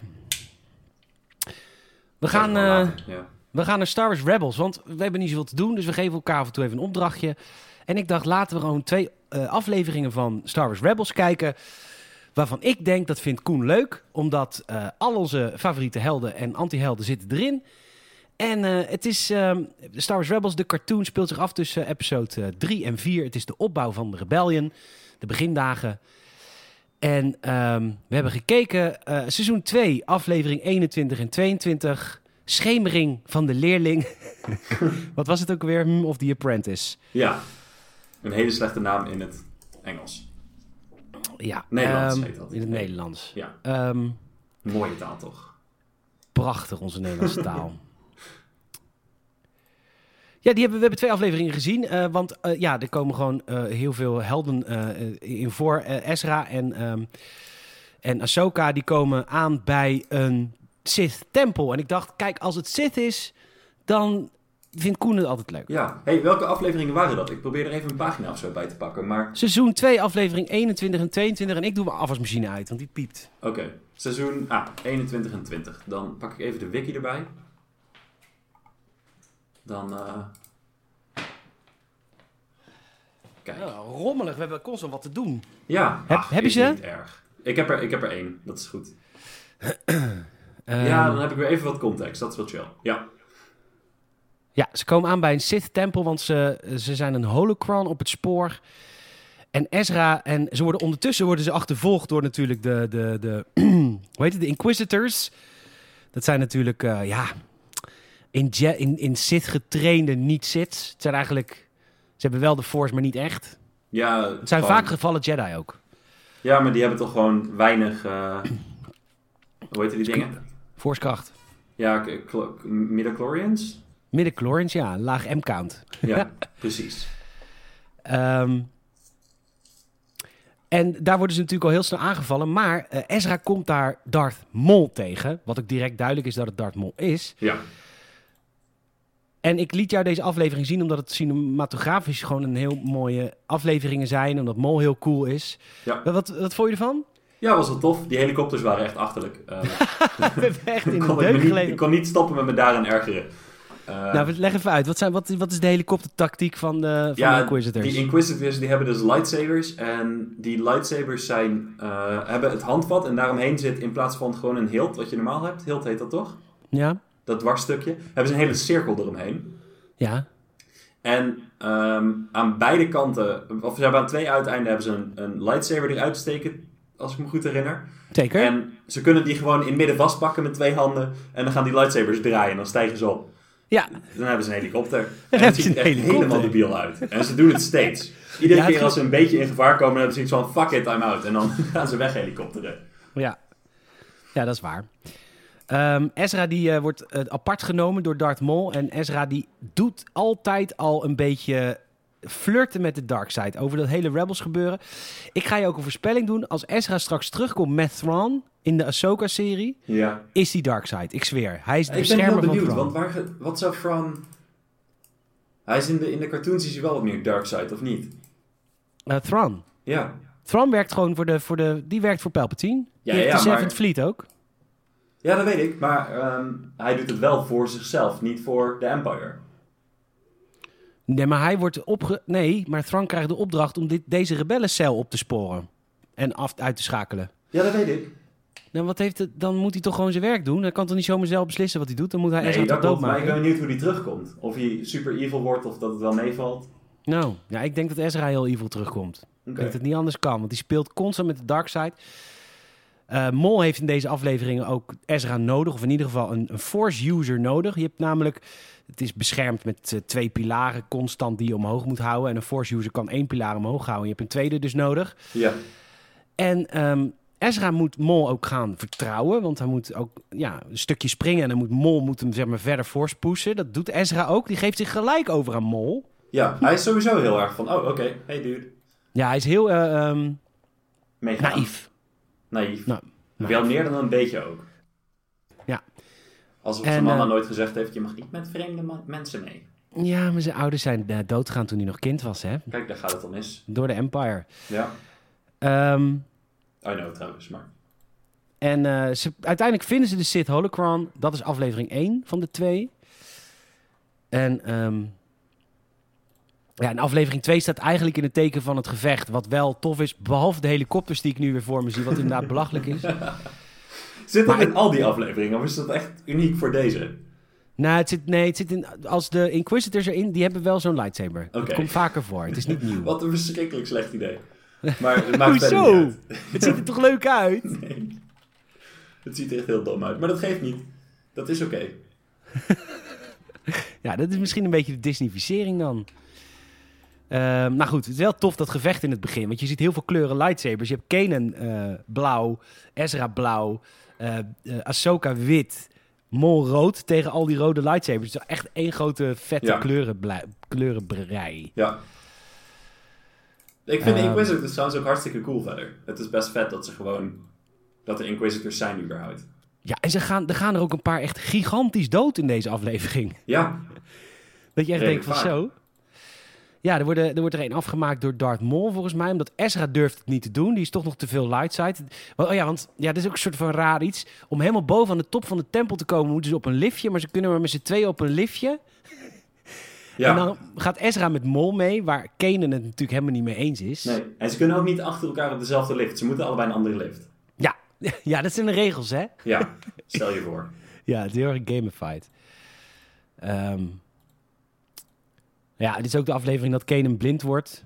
We gaan naar Star Wars Rebels, want we hebben niet zoveel te doen. Dus we geven elkaar af en toe even een opdrachtje. En ik dacht, laten we gewoon 2 afleveringen van Star Wars Rebels kijken. Waarvan ik denk, dat vindt Koen leuk. Omdat al onze favoriete helden en anti-helden zitten erin. En het is Star Wars Rebels, de cartoon, speelt zich af tussen episode 3 en 4. Het is de opbouw van de Rebellion, de begindagen. En we hebben gekeken, seizoen 2, aflevering 21 en 22. Schemering van de leerling. Wat was het ook weer? Of The Apprentice. Ja, een hele slechte naam in het Engels. Ja, Nederlands heet dat. In het Nederlands. Ja. Mooie taal toch? Prachtig, onze Nederlandse taal. Ja, we hebben 2 afleveringen gezien. Want er komen gewoon heel veel helden in voor. Ezra en Ahsoka die komen aan bij een Sith-tempel. En ik dacht, kijk, als het Sith is, dan vindt Koen het altijd leuk. Ja. Hey, welke afleveringen waren dat? Ik probeer er even een pagina of zo bij te pakken, maar... Seizoen 2, aflevering 21 en 22. En ik doe mijn afwasmachine uit, want die piept. Oké. Seizoen 21 en 20. Dan pak ik even de wiki erbij. Dan... Kijk. Ja, rommelig, we hebben constant wat te doen. Ja. Heb je ze? Niet erg. Ik heb er 1, dat is goed. Ja, dan heb ik weer even wat context. Dat is wel chill. Ja. Ja, ze komen aan bij een Sith-tempel, want ze zijn een holocron op het spoor. En Ezra, en ondertussen worden ze achtervolgd door natuurlijk de hoe heet het, de Inquisitors. Dat zijn natuurlijk, in Sith getrainde niet-Siths. Het zijn eigenlijk, ze hebben wel de Force, maar niet echt. Ja, het zijn vaak gevallen Jedi ook. Ja, maar die hebben toch gewoon weinig, hoe heet die dingen? Forcekracht. Ja, midichlorians? Midichlorians, ja, laag M-count. Ja, precies. En daar worden ze natuurlijk al heel snel aangevallen. Maar Ezra komt daar Darth Maul tegen. Wat ook direct duidelijk is dat het Darth Maul is. Ja. En ik liet jou deze aflevering zien omdat het cinematografisch gewoon een heel mooie afleveringen zijn. Omdat Maul heel cool is. Ja. Wat vond je ervan? Ja, was wel tof. Die helikopters waren echt achterlijk. We hebben echt in de deuk gelegen. Ik kon niet stoppen met me daaraan ergeren. Leg even uit. Wat is de helikoptertactiek van de Inquisitors? Die Inquisitors die hebben dus lightsabers. En die lightsabers hebben het handvat. En daaromheen zit in plaats van gewoon een hilt, wat je normaal hebt. Hilt heet dat toch? Ja. Dat dwarstukje. Hebben ze een hele cirkel eromheen. Ja. En aan beide kanten, of ze hebben aan 2 uiteinden hebben ze een lightsaber eruit steken. Als ik me goed herinner. Zeker. En ze kunnen die gewoon in het midden vastpakken met 2 handen. En dan gaan die lightsabers draaien en dan stijgen ze op. Ja. Dan hebben ze een helikopter. Dan en het ziet er echt helemaal debiel uit. En ze doen het steeds. Iedere keer als ze een beetje in gevaar komen, hebben ze iets van fuck it, I'm out. En dan gaan ze weg helikopteren. Ja, dat is waar. Ezra die wordt apart genomen door Darth Maul. En Ezra die doet altijd al een beetje flirten met de dark side. Over dat hele Rebels gebeuren. Ik ga je ook een voorspelling doen. Als Ezra straks terugkomt met Thrawn in de Ahsoka-serie, is die dark side. Ik zweer. Hij is de beschermer van Thrawn. Ik ben heel benieuwd, want wat zou Thrawn... Hij is in de cartoons is hij wel wat meer dark side, of niet? Thrawn? Ja. Thrawn werkt gewoon die werkt voor Palpatine. Die heeft de Seventh Fleet ook. Ja, dat weet ik. Maar hij doet het wel voor zichzelf, niet voor de Empire. Nee, maar hij wordt maar Thrawn krijgt de opdracht om deze rebellencel op te sporen. En uit te schakelen. Ja, dat weet ik. Nou, dan moet hij toch gewoon zijn werk doen? Hij kan toch niet zomaar zelf beslissen wat hij doet? Dan moet hij eerst dat doodmaken. Maar ik ben benieuwd hoe hij terugkomt. Of hij super evil wordt of dat het wel meevalt. Nou, ja, ik denk dat Ezra heel evil terugkomt. Okay. Ik denk dat het niet anders kan, want die speelt constant met de dark side. Maul heeft in deze afleveringen ook Ezra nodig, of in ieder geval een force user nodig. Je hebt namelijk, het is beschermd met 2 pilaren constant die je omhoog moet houden. En een force user kan 1 pilaar omhoog houden. Je hebt een tweede dus nodig. Ja. En Ezra moet Maul ook gaan vertrouwen, want hij moet ook een stukje springen en dan moet Maul hem zeg maar verder force pushen. Dat doet Ezra ook. Die geeft zich gelijk over aan Maul. Ja, hij is sowieso heel erg van, oké, hey dude. Ja, hij is heel naïef. Naïef. Wel meer dan een beetje ook. Ja. Alsof zijn mama nooit gezegd heeft, je mag niet met vreemde mensen mee. Ja, maar zijn ouders zijn doodgegaan toen hij nog kind was, hè? Kijk, daar gaat het al mis. Door de Empire. Ja. I know trouwens, maar... En uiteindelijk vinden ze de Sith Holocron. Dat is aflevering 1 van de 2. En in aflevering 2 staat eigenlijk in het teken van het gevecht. Wat wel tof is, behalve de helikopters die ik nu weer voor me zie. Wat inderdaad belachelijk is. Zit dat in al die afleveringen? Of is dat echt uniek voor deze? Nou, het zit in... Als de Inquisitors erin, die hebben wel zo'n lightsaber. Oké. Het komt vaker voor. Het is niet nieuw. Wat een verschrikkelijk slecht idee. Maar het maakt verder Hoezo? niet uit. Het ziet er toch leuk uit? Nee. Het ziet er echt heel dom uit. Maar dat geeft niet. Dat is oké. Ja, dat is misschien een beetje de Disneyficering dan. Maar goed, het is wel tof dat gevecht in het begin. Want je ziet heel veel kleuren lightsabers. Je hebt Kanan blauw, Ezra blauw, Ahsoka wit, Maul rood tegen al die rode lightsabers. Het is echt één grote vette kleurenbrei. Ja. Ik vind de Inquisitors trouwens ook hartstikke cool verder. Het is best vet dat er Inquisitors zijn überhaupt. Ja, en er gaan er ook een paar echt gigantisch dood in deze aflevering. Ja. Dat je echt denkt van vaak. zo. Ja, er wordt er een afgemaakt door Darth Maul volgens mij. Omdat Ezra durft het niet te doen. Die is toch nog te veel lightside. Want dat is ook een soort van raar iets. Om helemaal boven aan de top van de tempel te komen moeten ze op een liftje. Maar ze kunnen maar met z'n tweeën op een liftje. Ja. En dan gaat Ezra met Maul mee. Waar Kanan het natuurlijk helemaal niet mee eens is. Nee. En ze kunnen ook niet achter elkaar op dezelfde lift. Ze moeten allebei een andere lift. Ja, dat zijn de regels, hè? Ja, stel je voor. Ja, het is heel erg gamified. Ja, dit is ook de aflevering dat Kanan blind wordt.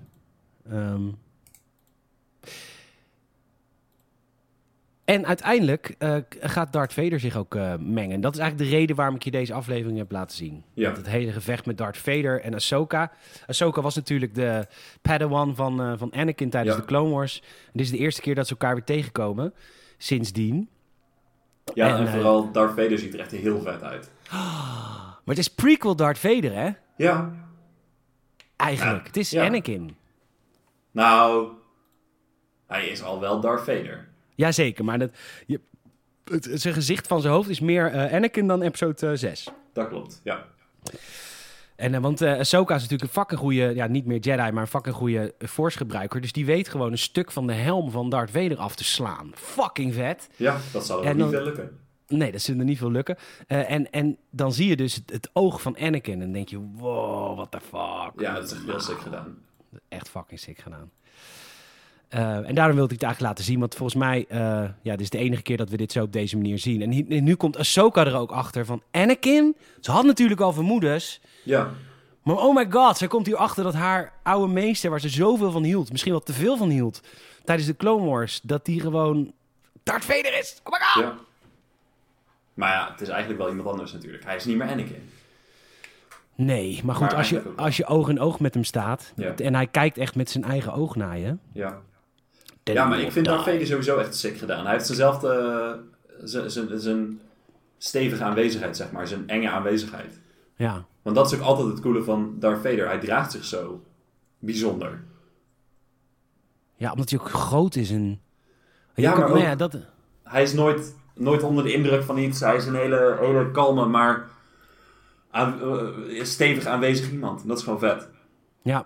En uiteindelijk gaat Darth Vader zich ook mengen. Dat is eigenlijk de reden waarom ik je deze aflevering heb laten zien. Ja. Want het hele gevecht met Darth Vader en Ahsoka. Ahsoka was natuurlijk de Padawan van Anakin tijdens de Clone Wars. En dit is de eerste keer dat ze elkaar weer tegenkomen. Sindsdien. Ja, en vooral Darth Vader ziet er echt heel vet uit. Maar het is prequel Darth Vader, hè? Ja. Eigenlijk. Ja. Het is Ja. Anakin. Nou, hij is al wel Darth Vader. Jazeker, maar zijn gezicht van zijn hoofd is meer Anakin dan episode 6. Dat klopt, ja. En want Ahsoka is natuurlijk een fucking goede, ja, niet meer Jedi, maar een fucking goede Force-gebruiker. Dus die weet gewoon een stuk van de helm van Darth Vader af te slaan. Fucking vet. Ja, dat zal er niet veel lukken. Nee, dat zullen er niet veel lukken. En dan zie je dus het oog van Anakin en dan denk je, wow, what the fuck. Ja, dat is echt heel sick gedaan. Echt fucking sick gedaan. En daarom wilde ik het eigenlijk laten zien. Want volgens mij, dit is de enige keer dat we dit zo op deze manier zien. En nu komt Ahsoka er ook achter van Anakin. Ze had natuurlijk al vermoedens. Ja. Maar oh my god, zij komt hier achter dat haar oude meester, waar ze zoveel van hield, misschien wel te veel van hield, tijdens de Clone Wars, dat die gewoon Darth Vader is. Oh my god! Ja. Maar ja, het is eigenlijk wel iemand anders natuurlijk. Hij is niet meer Anakin. Nee, maar goed, Maar als je oog in oog met hem staat, Ja. en hij kijkt echt met zijn eigen oog naar je. Ja. then Ja, maar you ik vind die. Darth Vader sowieso echt sick gedaan. Hij heeft zijn stevige aanwezigheid, zeg maar. Zijn enge aanwezigheid. Ja. Want dat is ook altijd het coole van Darth Vader. Hij draagt zich zo bijzonder. Ja, omdat hij ook groot is en... Ja, maar ook- ja, dat... Hij is nooit onder de indruk van iets. Hij is een hele kalme, maar stevig aanwezig iemand. En dat is gewoon vet. Ja.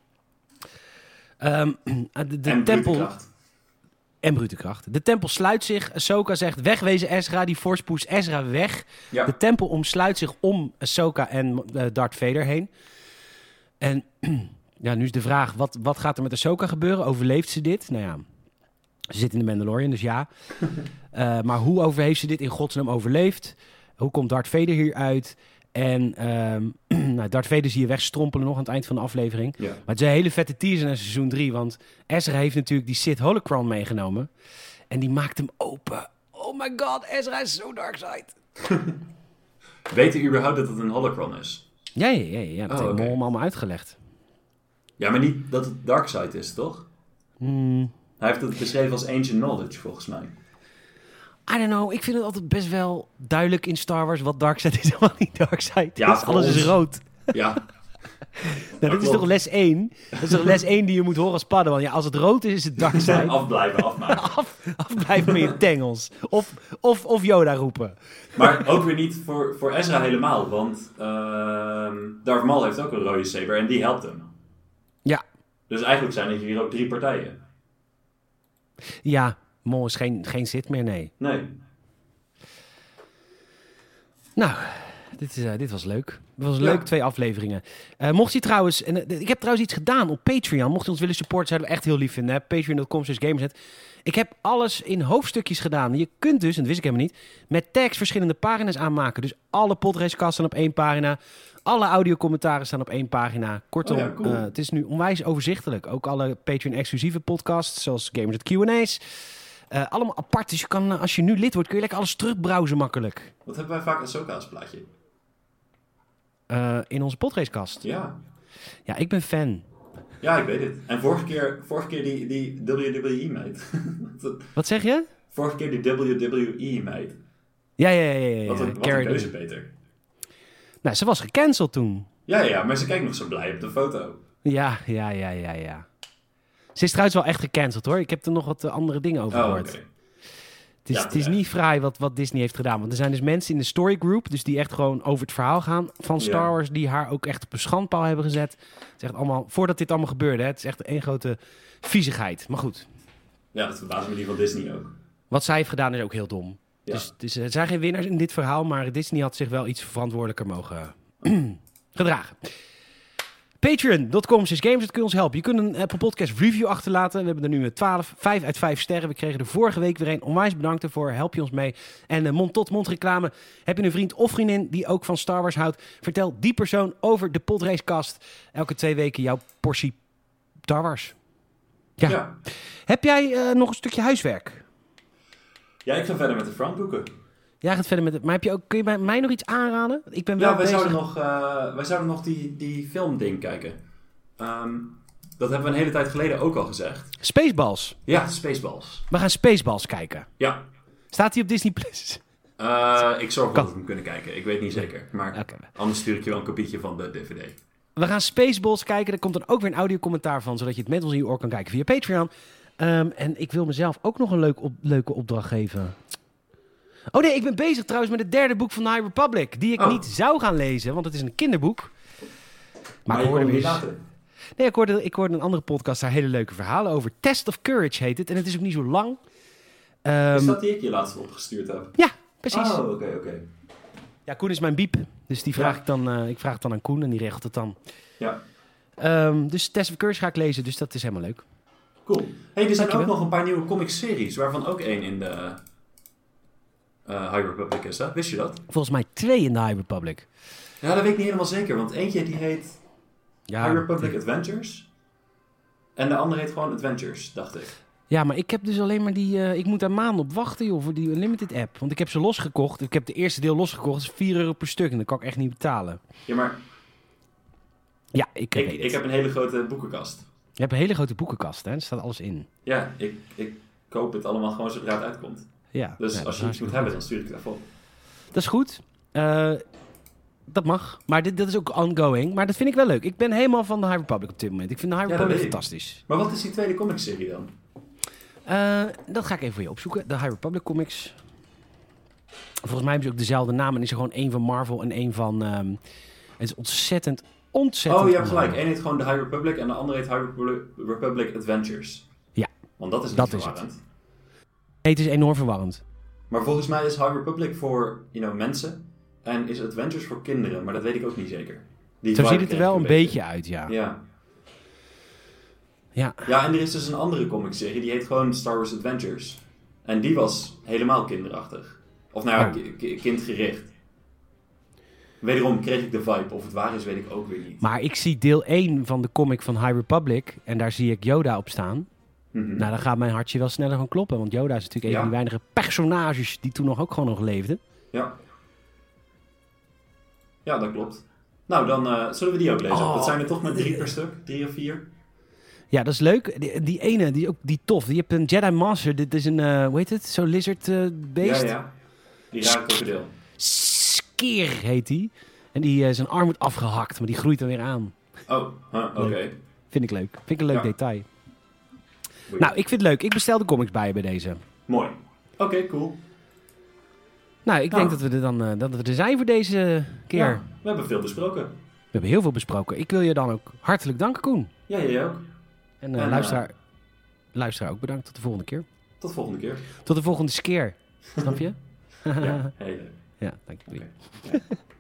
De En tempel... brutekracht. En brute kracht. De tempel sluit zich. Ahsoka zegt, wegwezen Ezra. Die Force push Ezra weg. Ja. De tempel omsluit zich om Ahsoka en Darth Vader heen. En ja, nu is de vraag, wat gaat er met Ahsoka gebeuren? Overleeft ze dit? Nou ja, ze zit in de Mandalorian, dus ja. Maar hoe heeft ze dit in godsnaam overleefd? Hoe komt Darth Vader hieruit? En Darth Vader zie je wegstrompelen nog aan het eind van de aflevering. Ja. Maar het is een hele vette teaser naar seizoen 3. Want Ezra heeft natuurlijk die Sith Holocron meegenomen. En die maakt hem open. Oh my god, Ezra is zo darkside. Weet je überhaupt dat het een holocron is? Ja. Dat heeft oké. Mol allemaal uitgelegd. Ja, maar niet dat het Darkseid is, toch? Hmm, Hij heeft het beschreven als ancient knowledge, volgens mij. I don't know. Ik vind het altijd best wel duidelijk in Star Wars wat darkside is en wat niet darkside Ja, is. voor Alles is ons. rood. Ja, Nou, dat is klopt. toch les 1? Dat is toch les 1 die je moet horen als Padawan? Ja, als het rood is, is het darkside. afblijven, afmaken. Afblijven met je tengels. Of Yoda roepen. Maar ook weer niet voor Ezra helemaal, want Darth Maul heeft ook een rode saber en die helpt hem. Ja. Dus eigenlijk zijn er hier ook 3 partijen. Ja, Mol is geen zit meer, nee. Nee. Nou, Dit was leuk. Het was leuk, 2 afleveringen. Mocht je trouwens... ik heb trouwens iets gedaan op Patreon. Mocht je ons willen supporten, zouden we echt heel lief vinden. Patreon.com/Gamersnet. Ik heb alles in hoofdstukjes gedaan. Je kunt dus, en dat wist ik helemaal niet, met tags verschillende pagina's aanmaken. Dus alle podracecasts staan op 1 pagina. Alle audiocommentaren staan op 1 pagina. Kortom, cool. Het is nu onwijs overzichtelijk. Ook alle Patreon-exclusieve podcasts, zoals Gamersnet Q&A's. Allemaal apart. Dus je kan, als je nu lid wordt, kun je lekker alles terugbrowsen makkelijk. Wat hebben wij vaak een Ahsoka's plaatje? In onze podracecast. Ja. Ja, ik ben fan. Ja, ik weet het. En vorige keer die WWE-meid. Wat zeg je? Vorige keer die WWE-meid. Ja. Wat een keuze, Peter. Nou, ze was gecanceld toen. Ja, maar ze kijkt nog zo blij op de foto. Ja. Ze is trouwens wel echt gecanceld, hoor. Ik heb er nog wat andere dingen over gehoord. Okay. Het is niet fraai wat Disney heeft gedaan. Want er zijn dus mensen in de story group, dus die echt gewoon over het verhaal gaan van Star Wars, die haar ook echt op een schandpaal hebben gezet. Het is echt allemaal, voordat dit allemaal gebeurde, hè, het is echt één grote viezigheid. Maar goed. Ja, dat verbaast me niet van Disney ook. Wat zij heeft gedaan is ook heel dom. Ja. Dus er zijn geen winnaars in dit verhaal, maar Disney had zich wel iets verantwoordelijker mogen gedragen. Patreon.com/Games, dat kun je ons helpen. Je kunt een Apple Podcast review achterlaten. We hebben er nu 5 uit 5 sterren. We kregen er vorige week weer een. Onwijs bedankt ervoor. Help je ons mee. En mond-tot-mond reclame. Heb je een vriend of vriendin die ook van Star Wars houdt? Vertel die persoon over de Podracecast. Elke 2 weken jouw portie Star Wars. Ja. Heb jij nog een stukje huiswerk? Ja, ik ga verder met de frontboeken. Jij gaat verder met het. Maar kun je bij mij nog iets aanraden? Ik ben wel wij bezig. zouden nog die filmding kijken. Dat hebben we een hele tijd geleden ook al gezegd. Spaceballs. Ja, Spaceballs. We gaan Spaceballs kijken. Ja. Staat die op Disney Plus? Ik zorg dat we hem kunnen kijken. Ik weet niet zeker. Maar anders stuur ik je wel een kopietje van de DVD. We gaan Spaceballs kijken. Er komt dan ook weer een audiocommentaar van, zodat je het met ons in je oor kan kijken via Patreon. En ik wil mezelf ook nog een leuke opdracht geven. Oh nee, ik ben bezig trouwens met het 3e boek van The High Republic. Die ik niet zou gaan lezen, want het is een kinderboek. Maar ik hoorde weer later. Nee, ik hoorde een andere podcast daar hele leuke verhalen over. Test of Courage heet het. En het is ook niet zo lang. Is dat die ik je laatst opgestuurd heb? Ja, precies. Oh, oké. Ja, Koen is mijn biep. Dus die vraag ik vraag het dan aan Koen en die regelt het dan. Ja. Dus Test of Courage ga ik lezen, dus dat is helemaal leuk. Cool. Hey, er zijn ook nog een paar nieuwe comic-series, waarvan ook 1 in de High Republic is, hè? Wist je dat? Volgens mij 2 in de High Republic. Ja, dat weet ik niet helemaal zeker, want eentje die heet High Republic Adventures. En de andere heet gewoon Adventures, dacht ik. Ja, maar ik heb dus alleen maar ik moet daar maanden op wachten, joh, voor die Unlimited app. Want ik heb ze losgekocht. Ik heb de eerste deel losgekocht. Dat is €4 per stuk en dat kan ik echt niet betalen. Ja, maar... Ja, ik weet het. Ik heb een hele grote boekenkast. Je hebt een hele grote boekenkast, hè? Er staat alles in. Ja, ik koop het allemaal gewoon zodra het uitkomt. Ja. Dus als je iets moet hebben, dan stuur ik het even op. Dat is goed. Dat mag. Maar dat is ook ongoing. Maar dat vind ik wel leuk. Ik ben helemaal van de High Republic op dit moment. Ik vind de High Republic fantastisch. Maar wat is die tweede comicserie dan? Dat ga ik even voor je opzoeken. De High Republic comics. Volgens mij hebben ze ook dezelfde naam. En is er gewoon één van Marvel en één van... het is ontzettend Oh, je hebt gelijk. Eén heet gewoon de High Republic en de andere heet High Republic Adventures. Ja. Want dat is niet verwarrend. Nee, het is enorm verwarrend. Maar volgens mij is High Republic voor mensen en is Adventures voor kinderen. Maar dat weet ik ook niet zeker. Zo ziet het er wel een beetje uit, ja. Ja, en er is dus een andere comicserie, die heet gewoon Star Wars Adventures. En die was helemaal kinderachtig. Of kindgericht. Wederom kreeg ik de vibe. Of het waar is, weet ik ook weer niet. Maar ik zie deel 1 van de comic van High Republic en daar zie ik Yoda op staan. Mm-hmm. Nou, dan gaat mijn hartje wel sneller gaan kloppen. Want Yoda is natuurlijk een van die weinige personages die toen ook gewoon nog leefden. Ja. Ja, dat klopt. Nou, dan zullen we die ook lezen. Dat zijn er toch maar 3 per stuk? 3 of 4? Ja, dat is leuk. Die ene, die tof. Die hebt een Jedi Master. Dit is een, hoe heet het? Zo'n lizard beest. Ja. Die rare krokodil. Skeer heet die. En die zijn arm wordt afgehakt, maar die groeit dan weer aan. Oh, oké. Vind ik leuk. Vind ik een leuk detail. Boeien. Nou, ik vind het leuk. Ik bestel de comics bij deze. Mooi. Oké, cool. Nou, ik denk dat we er zijn voor deze keer. Ja, we hebben veel besproken. We hebben heel veel besproken. Ik wil je dan ook hartelijk danken, Koen. Ja, jij ook. En luisteraar ook bedankt. Tot de volgende keer. Tot de volgende keer. Tot de volgende skeer. Snap je? Ja, heel leuk. Ja, dank je. Okay. Ja.